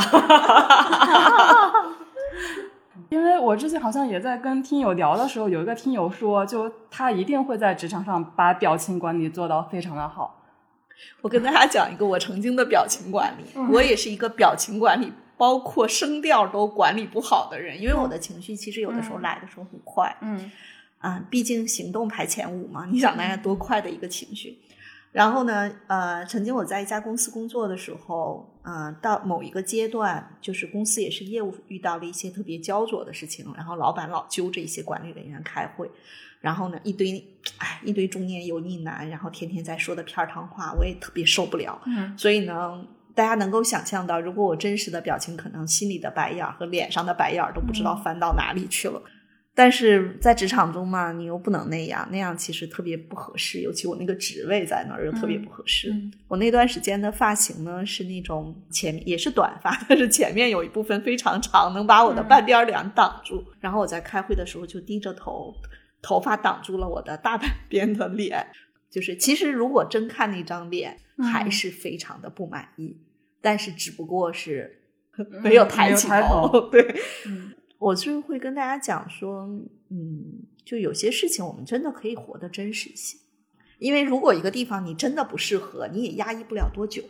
因为我之前好像也在跟听友聊的时候，有一个听友说，就他一定会在职场上把表情管理做到非常的好。 我跟大家讲一个我曾经的表情管理，我也是一个表情管理包括声调都管理不好的人，因为我的情绪其实有的时候来的时候很快，毕竟行动排前5嘛，你想那样多快的一个情绪。然后呢，曾经我在一家公司工作的时候，到某一个阶段，就是公司也是业务遇到了一些特别焦灼的事情，然后老板老揪着一些管理人员开会，然后呢，一堆中年油腻男，然后天天在说的片儿汤话，我也特别受不了。所以呢，大家能够想象到，如果我真实的表情，可能心里的白眼和脸上的白眼都不知道翻到哪里去了。但是在职场中嘛，你又不能那样其实特别不合适，尤其我那个职位在那儿又特别不合适。我那段时间的发型呢是那种前面也是短发，但是前面有一部分非常长，能把我的半边脸挡住。然后我在开会的时候就低着头，头发挡住了我的大半边的脸。就是其实如果真看那张脸，还是非常的不满意，但是只不过是没有抬起头。对。我就会跟大家讲说，就有些事情我们真的可以活得真实一些，因为如果一个地方你真的不适合，你也压抑不了多久。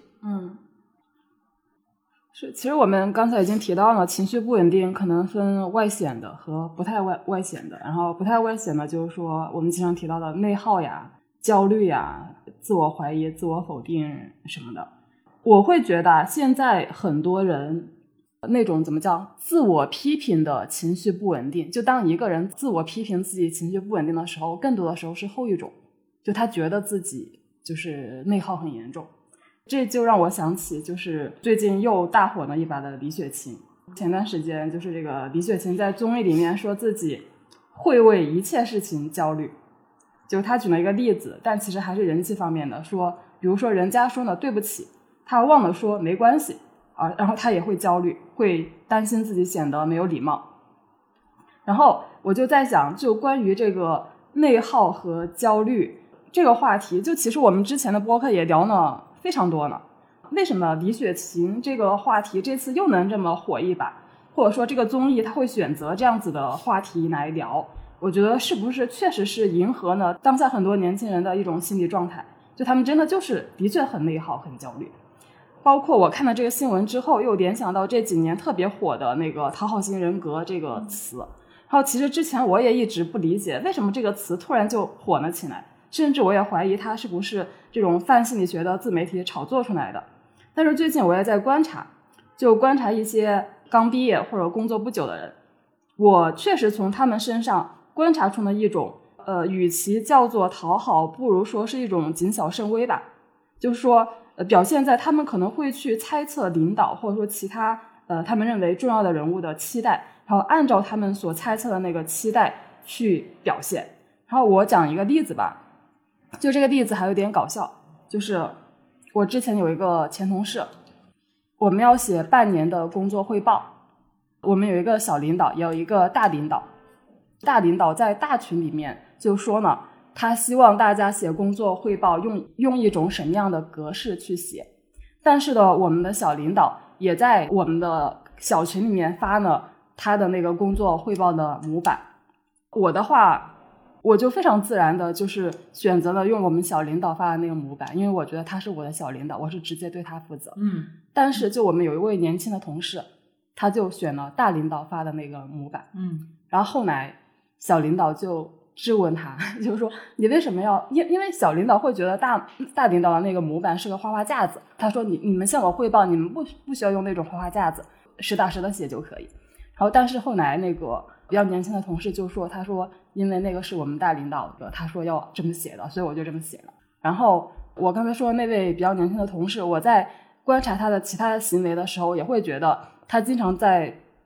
是，其实我们刚才已经提到了，情绪不稳定可能分外显的和不太外显的，然后不太外显的就是说我们经常提到的内耗呀、焦虑呀、自我怀疑、自我否定什么的。我会觉得现在很多人那种怎么叫自我批评的情绪不稳定，就当一个人自我批评自己情绪不稳定的时候，更多的时候是后一种，就他觉得自己就是内耗很严重。这就让我想起就是最近又大火了一把的李雪琴。前段时间就是这个李雪琴在综艺里面说自己会为一切事情焦虑，就他举了一个例子，但其实还是人际方面的，说比如说人家说呢对不起，他忘了说没关系然后他也会焦虑，会担心自己显得没有礼貌。然后我就在想，就关于这个内耗和焦虑这个话题，就其实我们之前的播客也聊了非常多呢。为什么李雪琴这个话题这次又能这么火一把，或者说这个综艺它会选择这样子的话题来聊？我觉得是不是确实是迎合呢当下很多年轻人的一种心理状态，就他们真的就是的确很内耗很焦虑。包括我看了这个新闻之后，又联想到这几年特别火的那个讨好型人格这个词，然后其实之前我也一直不理解为什么这个词突然就火了起来，甚至我也怀疑它是不是这种泛心理学的自媒体炒作出来的。但是最近我也在观察一些刚毕业或者工作不久的人，我确实从他们身上观察出了一种与其叫做讨好，不如说是一种谨小慎微吧。就是说表现在他们可能会去猜测领导或者说其他他们认为重要的人物的期待，然后按照他们所猜测的那个期待去表现。然后我讲一个例子吧，就这个例子还有点搞笑，就是我之前有一个前同事，我们要写半年的工作汇报，我们有一个小领导也有一个大领导，大领导在大群里面就说呢，他希望大家写工作汇报用一种什么样的格式去写。但是呢，我们的小领导也在我们的小群里面发了他的那个工作汇报的模板。我的话，我就非常自然的就是选择了用我们小领导发的那个模板，因为我觉得他是我的小领导，我是直接对他负责。但是就我们有一位年轻的同事，他就选了大领导发的那个模板。然后后来小领导就质问他，就是说你为什么要因为小领导会觉得大领导的那个模板是个画画架子，他说你们向我汇报，你们不需要用那种画画架子，实打实的写就可以。然后但是后来那个比较年轻的同事就说，他说因为那个是我们大领导的，他说要这么写的，所以我就这么写了。然后我刚才说那位比较年轻的同事，我在观察他的其他的行为的时候，也会觉得他经常在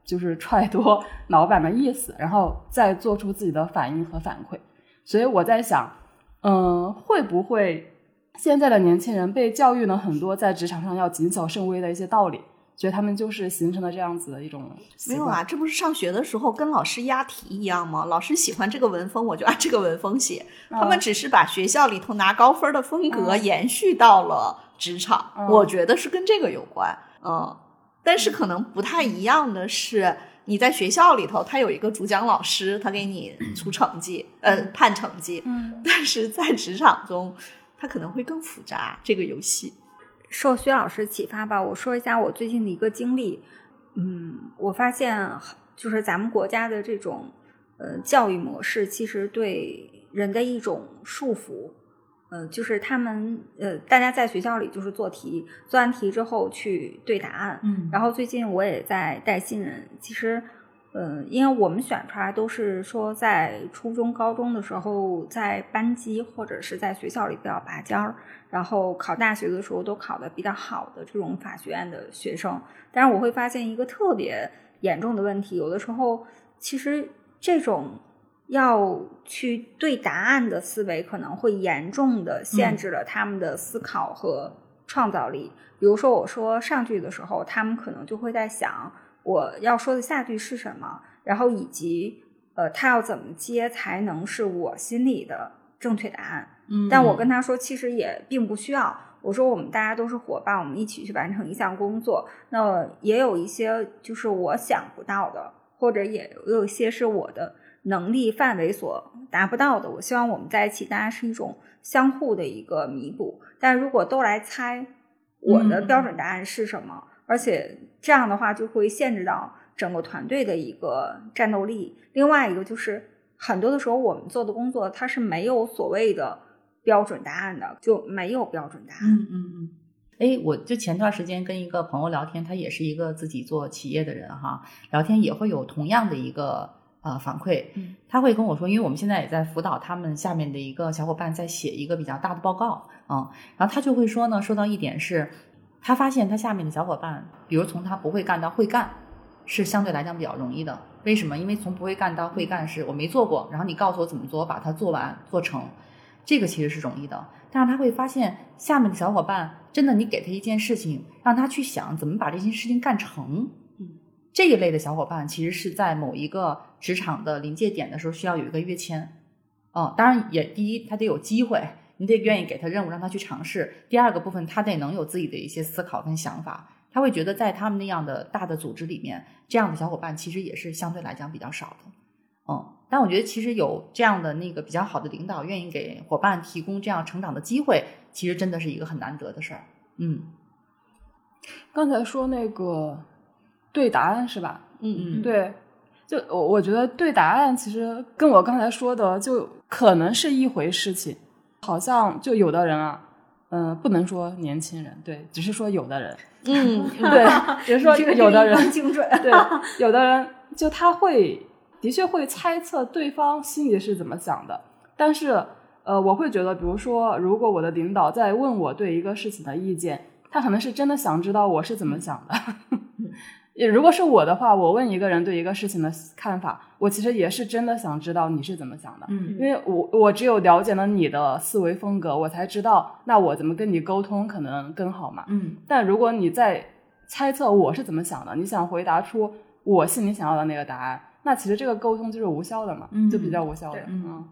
就是揣度老板的意思，然后再做出自己的反应和反馈。所以我在想会不会现在的年轻人被教育了很多在职场上要谨小慎微的一些道理，所以他们就是形成了这样子的一种习惯。 没有啊，这不是上学的时候跟老师押题一样吗？老师喜欢这个文风，我就按这个文风写。他们只是把学校里头拿高分的风格延续到了职场，我觉得是跟这个有关。但是可能不太一样的是，你在学校里头他有一个主讲老师，他给你出成绩判成绩，但是在职场中他可能会更复杂，这个游戏。 受薛老师启发吧，我说一下我最近的一个经历。我发现就是咱们国家的这种教育模式其实对人的一种束缚。就是他们大家在学校里就是做题，做完题之后去对答案。然后最近我也在带新人，其实因为我们选出来都是说在初中高中的时候在班级或者是在学校里比较拔尖儿，然后考大学的时候都考得比较好的这种法学院的学生。但是我会发现一个特别严重的问题，有的时候其实这种要去对答案的思维可能会严重的限制了他们的思考和创造力。比如说我说上句的时候，他们可能就会在想我要说的下句是什么，然后以及他要怎么接才能是我心里的正确答案。但我跟他说其实也并不需要，我说我们大家都是伙伴，我们一起去完成一项工作，那也有一些就是我想不到的，或者也有一些是我的能力范围所达不到的，我希望我们在一起大家是一种相互的一个弥补。但如果都来猜我的标准答案是什么，而且这样的话就会限制到整个团队的一个战斗力。另外一个就是很多的时候我们做的工作它是没有所谓的标准答案的，就没有标准答案。 我就前段时间跟一个朋友聊天，他也是一个自己做企业的人哈，聊天也会有同样的一个反馈。他会跟我说，因为我们现在也在辅导他们下面的一个小伙伴在写一个比较大的报告然后他就会说呢，说到一点是他发现他下面的小伙伴，比如从他不会干到会干是相对来讲比较容易的。为什么？因为从不会干到会干是我没做过，然后你告诉我怎么做，我把它做完做成，这个其实是容易的。但是他会发现下面的小伙伴真的你给他一件事情，让他去想怎么把这件事情干成，这一类的小伙伴其实是在某一个职场的临界点的时候需要有一个跃迁。当然也第一他得有机会，你得愿意给他任务让他去尝试。第二个部分他得能有自己的一些思考跟想法，他会觉得在他们那样的大的组织里面，这样的小伙伴其实也是相对来讲比较少的。但我觉得其实有这样的那个比较好的领导愿意给伙伴提供这样成长的机会，其实真的是一个很难得的事儿。 刚才说那个对答案是吧？对，就我觉得对答案其实跟我刚才说的就可能是一回事情。好像就有的人啊，不能说年轻人，对，只是说有的人，对，只是说有的人这个精准， 对，有的人就他的确会猜测对方心里是怎么想的。但是我会觉得比如说如果我的领导在问我对一个事情的意见，他可能是真的想知道我是怎么想的如果是我的话，我问一个人对一个事情的看法，我其实也是真的想知道你是怎么想的，因为我只有了解了你的思维风格，我才知道那我怎么跟你沟通可能更好嘛。但如果你在猜测我是怎么想的，你想回答出我心里想要的那个答案，那其实这个沟通就是无效的嘛，就比较无效的。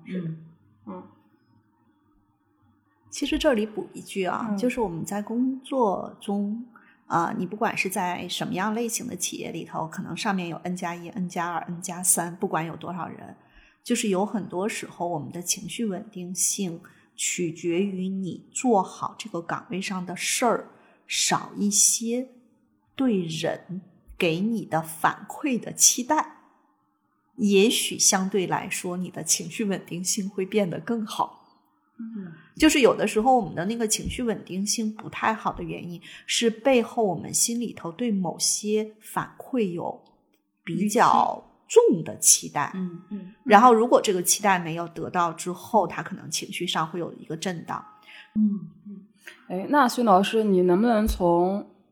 其实这里补一句就是我们在工作中你不管是在什么样类型的企业里头，可能上面有 N+1、N+2、N+3， 不管有多少人，就是有很多时候我们的情绪稳定性取决于你做好这个岗位上的事儿少一些对人给你的反馈的期待，也许相对来说你的情绪稳定性会变得更好。就是有的时候我们的那个情绪稳定性不太好的原因是背后我们心里头对某些反馈有比较重的期待，然后如果这个期待没有得到之后，他可能情绪上会有一个震荡。 那薛老师，你能不能从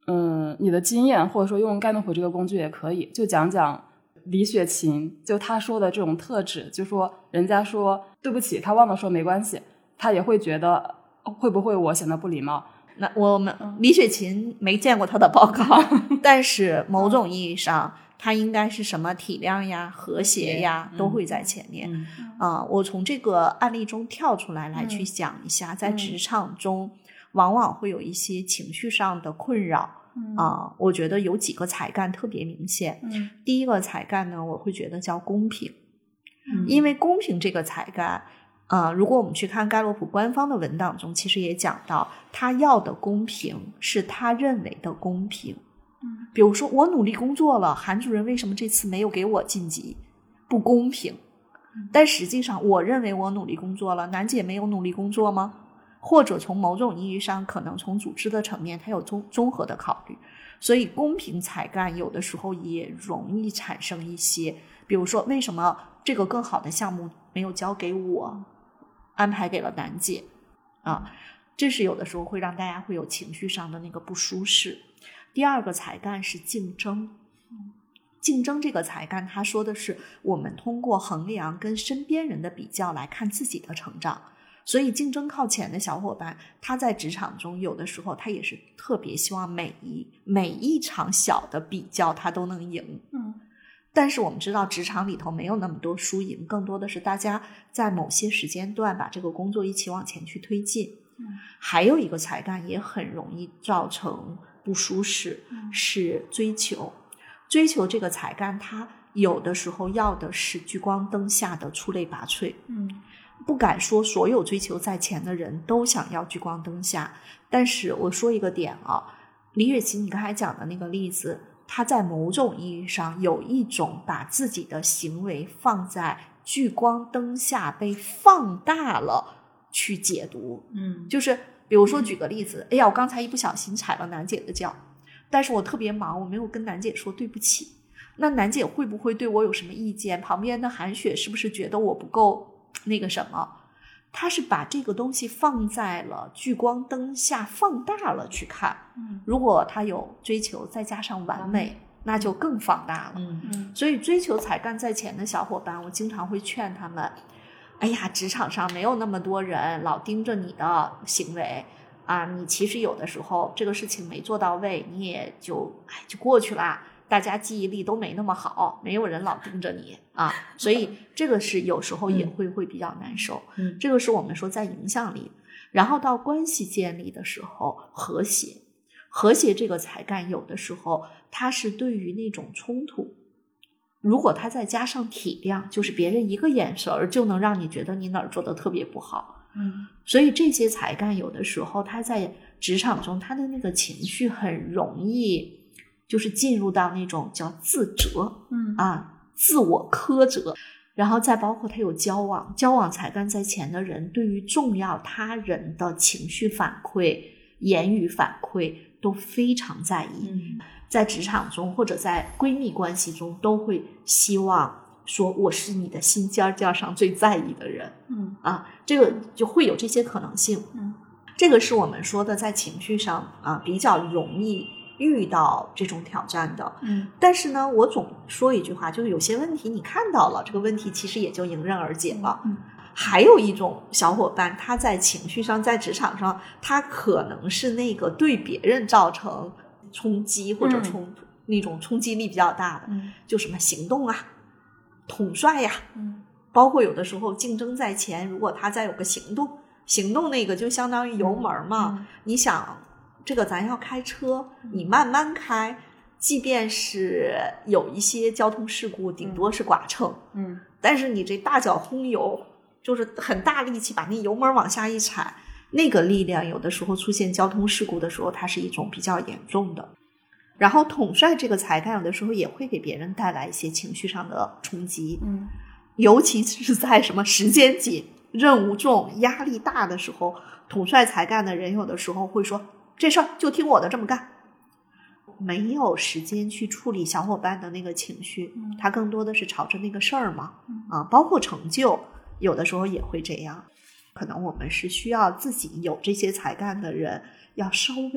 你的经验，或者说用盖诺普这个工具也可以，就讲讲李雪琴就她说的这种特质，就说人家说对不起，她忘了说没关系，她也会觉得会不会我显得不礼貌。 那我们李雪琴没见过她的报告但是某种意义上她应该是什么体谅呀和谐呀都会在前面。我从这个案例中跳出来去讲一下，在职场中往往会有一些情绪上的困扰。我觉得有几个才干特别明显。第一个才干呢，我会觉得叫公平。因为公平这个才干如果我们去看盖洛普官方的文档中，其实也讲到他要的公平是他认为的公平。比如说我努力工作了，韩主任为什么这次没有给我晋级？不公平。但实际上我认为我努力工作了，楠姐没有努力工作吗？或者从某种意义上，可能从组织的层面它有综合的考虑。所以公平才干有的时候也容易产生一些，比如说为什么这个更好的项目没有交给我，安排给了楠姐这是有的时候会让大家会有情绪上的那个不舒适。第二个才干是竞争。竞争这个才干，他说的是我们通过衡量跟身边人的比较来看自己的成长。所以竞争靠前的小伙伴，他在职场中有的时候他也是特别希望每一场小的比较他都能赢。但是我们知道职场里头没有那么多输赢，更多的是大家在某些时间段把这个工作一起往前去推进。还有一个才干也很容易造成不舒适，是追求。追求这个才干，他有的时候要的是聚光灯下的出类拔萃。不敢说所有追求在前的人都想要聚光灯下，但是我说一个点李雪琴你刚才讲的那个例子，他在某种意义上有一种把自己的行为放在聚光灯下被放大了去解读。就是比如说举个例子，哎呀，我刚才一不小心踩了楠姐的脚，但是我特别忙，我没有跟楠姐说对不起。那楠姐会不会对我有什么意见？旁边的韩雪是不是觉得我不够那个什么？他是把这个东西放在了聚光灯下放大了去看。如果他有追求再加上完美，那就更放大了。所以追求才干在前的小伙伴，我经常会劝他们，哎呀，职场上没有那么多人老盯着你的行为你其实有的时候这个事情没做到位，你也就过去啦。大家记忆力都没那么好，没有人老盯着你所以这个是有时候也会比较难受。这个是我们说在影响力。然后到关系建立的时候，和谐这个才干有的时候它是对于那种冲突，如果它再加上体谅，就是别人一个眼神就能让你觉得你哪儿做的特别不好。所以这些才干有的时候他在职场中他的那个情绪很容易就是进入到那种叫自责自我苛责。然后再包括他有交往才干在前的人，对于重要他人的情绪反馈、言语反馈都非常在意。在职场中或者在闺蜜关系中都会希望说我是你的心尖上最在意的人。这个就会有这些可能性。这个是我们说的在情绪上比较容易遇到这种挑战的。但是呢，我总说一句话，就是有些问题你看到了，这个问题其实也就迎刃而解了。还有一种小伙伴，他在情绪上在职场上他可能是那个对别人造成冲击或者冲突那种冲击力比较大的，就什么行动统帅包括有的时候竞争在前，如果他再有个行动那个就相当于油门嘛。你想这个咱要开车，你慢慢开，即便是有一些交通事故顶多是剐蹭但是你这大脚轰油，就是很大力气把那油门往下一踩，那个力量有的时候出现交通事故的时候，它是一种比较严重的。然后统帅这个才干有的时候也会给别人带来一些情绪上的冲击。尤其是在什么时间紧、任务重、压力大的时候，统帅才干的人有的时候会说这事儿就听我的这么干，没有时间去处理小伙伴的那个情绪，他更多的是朝着那个事儿嘛。包括成就有的时候也会这样。可能我们是需要自己有这些才干的人要稍微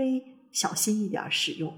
小心一点使用。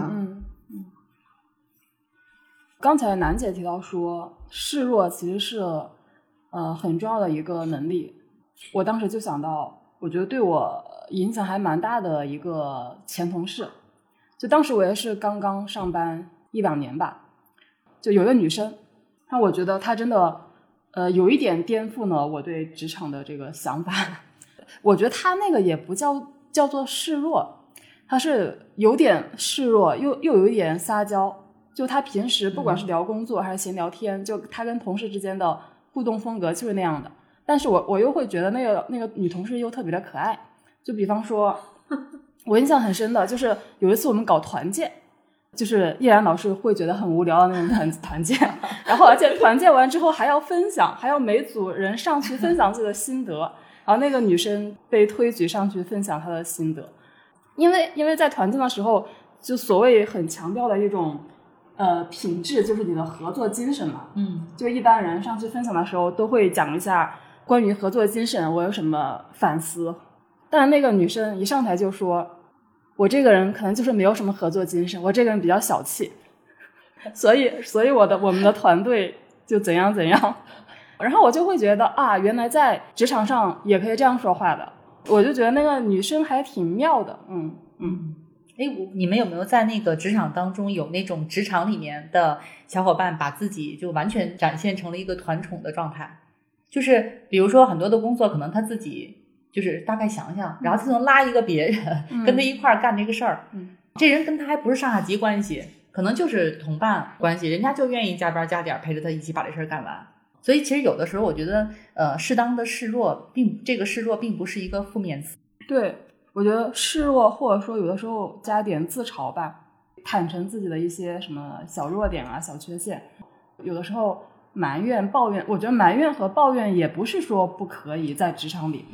刚才楠姐提到说示弱其实是很重要的一个能力，我当时就想到我觉得对我影响还蛮大的一个前同事，就当时我也是刚刚上班1-2年吧，就有个女生，让我觉得她真的有一点颠覆了我对职场的这个想法。我觉得她那个也不叫做示弱，她是有点示弱又有一点撒娇，就她平时不管是聊工作还是闲聊天，就她跟同事之间的互动风格就是那样的。但是我又会觉得那个女同事又特别的可爱，就比方说我印象很深的就是有一次我们搞团建，就是叶然老师会觉得很无聊的那种团建，然后而且团建完之后还要分享，还要每组人上去分享自己的心得，然后那个女生被推举上去分享她的心得。因为在团建的时候就所谓很强调的一种品质，就是你的合作精神嘛。就一般人上去分享的时候都会讲一下关于合作精神我有什么反思，但那个女生一上台就说我这个人可能就是没有什么合作精神，我这个人比较小气，所以我们的团队就怎样怎样。然后我就会觉得啊，原来在职场上也可以这样说话的，我就觉得那个女生还挺妙的。 你们有没有在那个职场当中有那种职场里面的小伙伴把自己就完全展现成了一个团宠的状态？就是比如说很多的工作可能他自己就是大概想想，然后他能拉一个别人跟他一块儿干这个事儿，这人跟他还不是上下级关系，可能就是同伴关系，人家就愿意加班加点陪着他一起把这事儿干完。所以其实有的时候我觉得适当的示弱这个示弱并不是一个负面词。 对，我觉得示弱或者说有的时候加点自嘲吧，坦诚自己的一些什么小弱点啊小缺陷。有的时候埋怨抱怨，我觉得埋怨和抱怨也不是说不可以在职场里。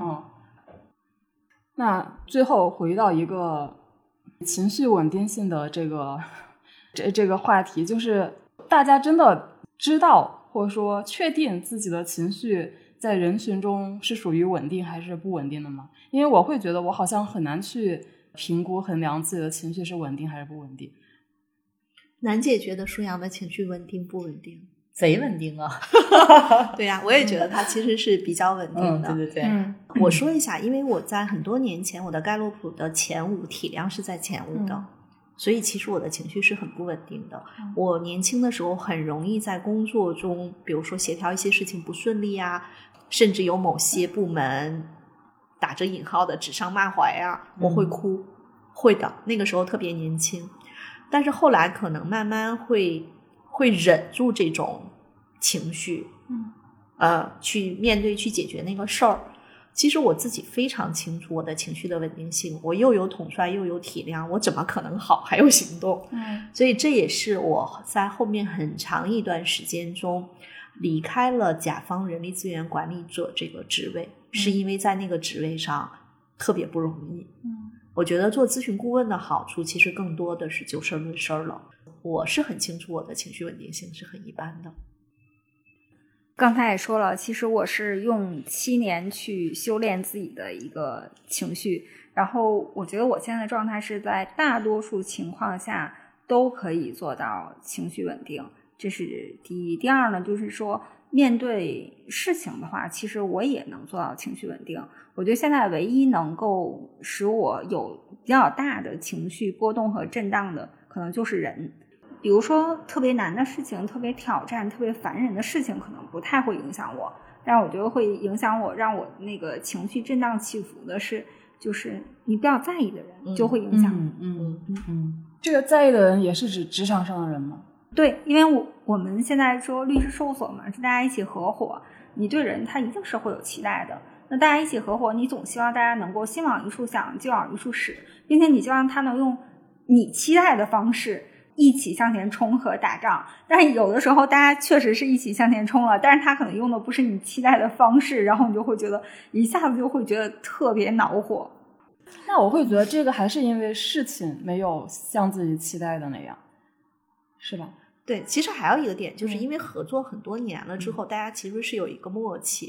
那最后回到一个情绪稳定性的这个话题，就是大家真的知道或者说确定自己的情绪在人群中是属于稳定还是不稳定的吗？因为我会觉得我好像很难去评估衡量自己的情绪是稳定还是不稳定。 楠姐觉得舒阳的情绪稳定不稳定？ 贼稳定啊。 对呀，我也觉得他其实是比较稳定的。 对。 我说一下，因为我在很多年前我的盖洛普的前5体量是在前5的，所以其实我的情绪是很不稳定的。我年轻的时候很容易在工作中比如说协调一些事情不顺利啊，甚至有某些部门打着引号的指桑骂槐啊，我会哭，会的，那个时候特别年轻。但是后来可能慢慢会忍住这种情绪，去面对去解决那个事儿。其实我自己非常清楚我的情绪的稳定性，我又有统帅又有体谅，我怎么可能好还有行动？所以这也是我在后面很长一段时间中离开了甲方人力资源管理者这个职位，是因为在那个职位上特别不容易。我觉得做咨询顾问的好处其实更多的是就事论事了。我是很清楚我的情绪稳定性是很一般的。 刚才也说了，其实我是用7年去修炼自己的一个情绪，然后我觉得我现在的状态是在大多数情况下都可以做到情绪稳定，这是第一。第二呢，就是说面对事情的话，其实我也能做到情绪稳定。我觉得现在唯一能够使我有比较大的情绪波动和震荡的，可能就是人。比如说特别难的事情，特别挑战，特别烦人的事情可能不太会影响我，但是我觉得会影响我，让我那个情绪震荡起伏的是就是你比较在意的人就会影响你。 这个在意的人也是指职场上的人吗？ 对，因为我们现在说律师事务所嘛，是大家一起合伙，你对人他一定是会有期待的，那大家一起合伙，你总希望大家能够心往一处想，劲往一处使，并且你希望他能用你期待的方式一起向前冲和打仗。但是有的时候大家确实是一起向前冲了，但是他可能用的不是你期待的方式，然后你就会觉得一下子就会觉得特别恼火。 那我会觉得这个还是因为事情没有像自己期待的那样，是吧？ 对，其实还有一个点，就是因为合作很多年了之后，大家其实是有一个默契。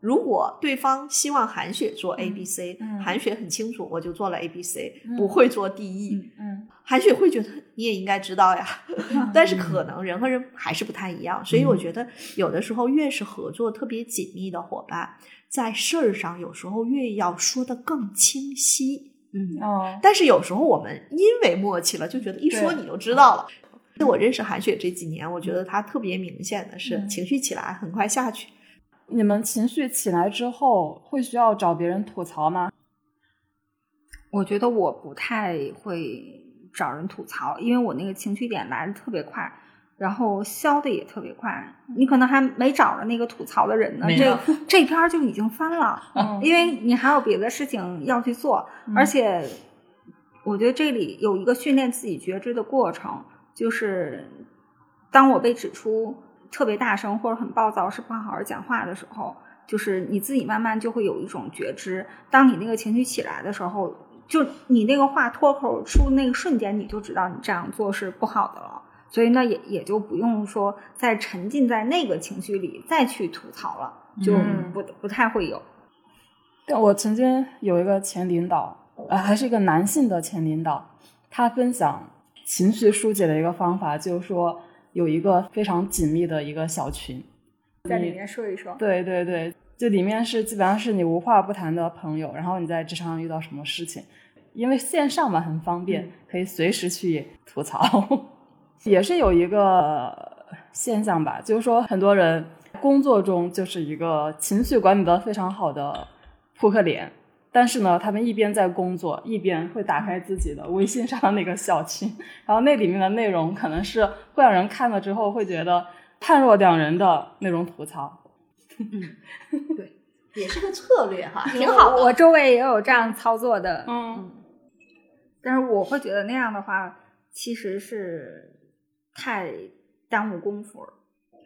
如果对方希望韩雪做 ABC，韩雪很清楚我就做了 ABC，不会做 DE，韩雪会觉得你也应该知道呀，但是可能人和人还是不太一样，所以我觉得有的时候越是合作特别紧密的伙伴，在事儿上有时候越要说得更清晰。但是有时候我们因为默契了，就觉得一说你就知道了。我认识韩雪这几年，我觉得她特别明显的是情绪起来很快下去。 你们情绪起来之后会需要找别人吐槽吗？ 我觉得我不太会找人吐槽，因为我那个情绪点来的t特别快，然后消的也特别快。你可能还没找着那个吐槽的人呢，这篇就已经翻了，因为你还有别的事情要去做。而且我觉得这里有一个训练自己觉知的过程，就是当我被指出特别大声或者很暴躁是不好好讲话的时候，就是你自己慢慢就会有一种觉知，当你那个情绪起来的时候，就你那个话脱口出那个瞬间，你就知道你这样做是不好的了，所以呢也就不用说再沉浸在那个情绪里再去吐槽了，就不太会有。 但我曾经有一个前领导，还是一个男性的前领导，他分享情绪疏解的一个方法，就是说有一个非常紧密的一个小群， 在里面说一说。 对对对，就里面是基本上是你无话不谈的朋友，然后你在职场上遇到什么事情，因为线上嘛很方便，可以随时去吐槽。也是有一个现象吧，就是说很多人工作中就是一个情绪管理得非常好的扑克脸，但是呢他们一边在工作一边会打开自己的微信上的那个小群，然后那里面的内容可能是会让人看了之后会觉得判若两人的那种吐槽。 对，也是个策略哈，挺好的。 我周围也有这样操作的，但是我会觉得那样的话其实是太耽误功夫了。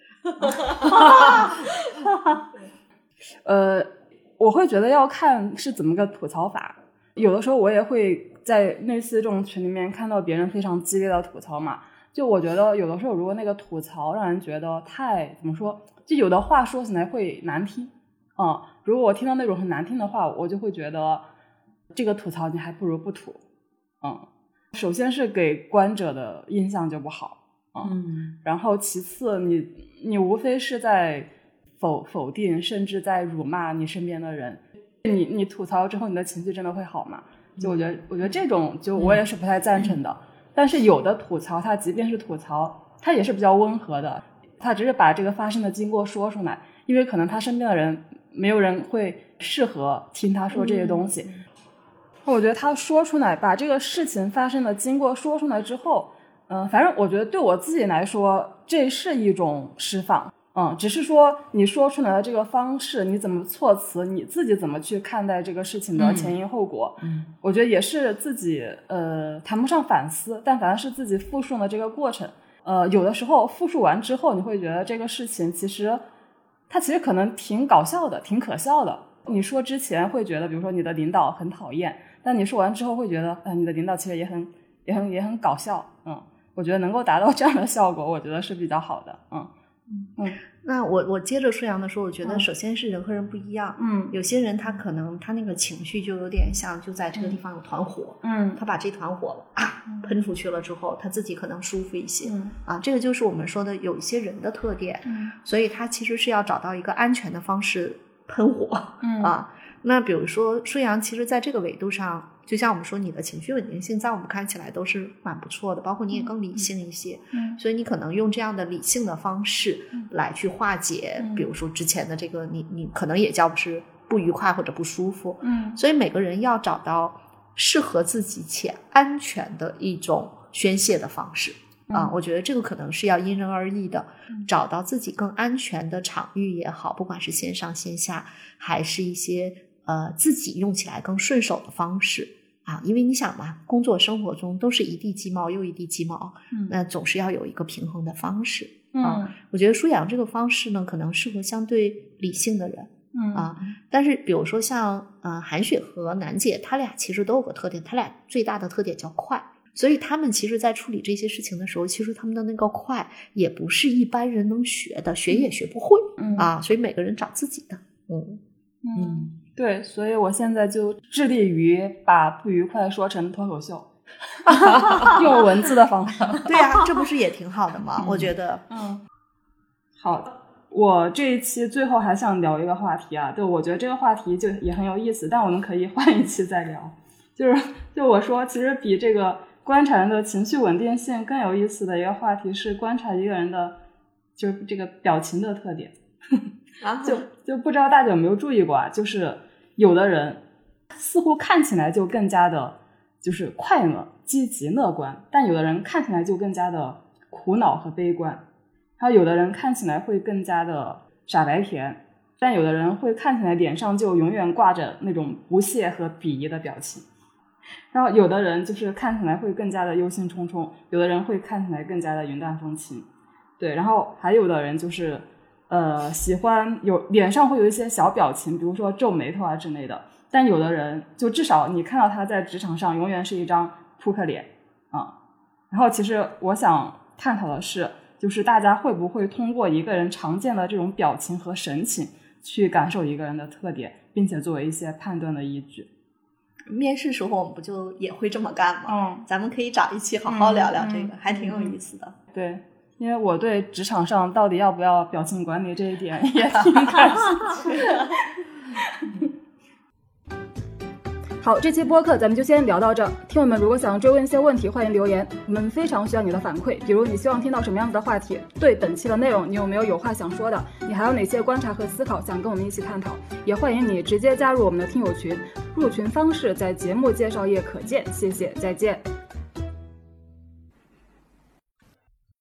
我会觉得要看是怎么个吐槽法，有的时候我也会在类似这种群里面看到别人非常激烈的吐槽嘛，就我觉得有的时候如果那个吐槽让人觉得太怎么说，就有的话说起来会难听，如果我听到那种很难听的话，我就会觉得这个吐槽你还不如不吐，首先是给观者的印象就不好，然后其次你无非是在否定甚至在辱骂你身边的人，你吐槽之后你的情绪真的会好吗？就我觉得这种就我也是不太赞成的，但是有的吐槽它即便是吐槽它也是比较温和的，他只是把这个发生的经过说出来，因为可能他身边的人没有人会适合听他说这些东西，我觉得他说出来把这个事情发生的经过说出来之后，反正我觉得对我自己来说这是一种释放，只是说你说出来的这个方式你怎么措辞，你自己怎么去看待这个事情的前因后果，我觉得也是自己谈不上反思，但反正是自己复述的这个过程。有的时候复述完之后你会觉得这个事情它其实可能挺搞笑的挺可笑的，你说之前会觉得比如说你的领导很讨厌，但你说完之后会觉得你的领导其实也很搞笑，我觉得能够达到这样的效果我觉得是比较好的。 那我接着说杨的说，我觉得首先是人和人不一样，有些人他可能他那个情绪就有点像就在这个地方有团火，他把这团火喷出去了之后他自己可能舒服一些，这个就是我们说的有一些人的特点，所以他其实是要找到一个安全的方式喷火，那比如说舒阳其实在这个维度上就像我们说你的情绪稳定性在我们看起来都是蛮不错的，包括你也更理性一些，所以你可能用这样的理性的方式来去化解比如说之前的这个你可能也叫不是不愉快或者不舒服，所以每个人要找到适合自己且安全的一种宣泄的方式，我觉得这个可能是要因人而异的，找到自己更安全的场域也好，不管是线上线下还是一些自己用起来更顺手的方式因为你想嘛，工作生活中都是一地鸡毛又一地鸡毛，那总是要有一个平衡的方式，我觉得舒阳这个方式呢可能适合相对理性的人，但是比如说像韩雪和楠姐他俩其实都有个特点，他俩最大的特点叫快，所以他们其实在处理这些事情的时候，其实他们的那个快也不是一般人能学的，学也学不会，所以每个人找自己的。 对，所以我现在就致力于把不愉快说成脱口秀，用文字的方法。 对啊，这不是也挺好的吗？我觉得。 好，我这一期最后还想聊一个话题啊，就我觉得这个话题就也很有意思，但我们可以换一期再聊。就我说，其实比这个观察人的情绪稳定性更有意思的一个话题是观察一个人的就是这个表情的特点。就不知道大家有没有注意过啊，就是有的人似乎看起来就更加的就是快乐积极乐观，但有的人看起来就更加的苦恼和悲观，还有的人看起来会更加的傻白甜，但有的人会看起来脸上就永远挂着那种不屑和鄙夷的表情，然后有的人就是看起来会更加的忧心忡忡，有的人会看起来更加的云淡风轻。对，然后还有的人就是喜欢脸上会有一些小表情，比如说皱眉头啊之类的，但有的人就至少你看到他在职场上永远是一张扑克脸然后其实我想探讨的是，就是大家会不会通过一个人常见的这种表情和神情去感受一个人的特点，并且作为一些判断的依据。 面试时候我们不就也会这么干吗？咱们可以找一期好好聊聊这个，还挺有意思的。 对，因为我对职场上到底要不要表情管理这一点也挺感兴趣的。 好，这期播客咱们就先聊到这儿。听友们如果想追问一些问题，欢迎留言，我们非常需要你的反馈。比如你希望听到什么样子的话题，对本期的内容你有没有话想说的，你还有哪些观察和思考想跟我们一起探讨，也欢迎你直接加入我们的听友群，入群方式在节目介绍页可见。谢谢，再见。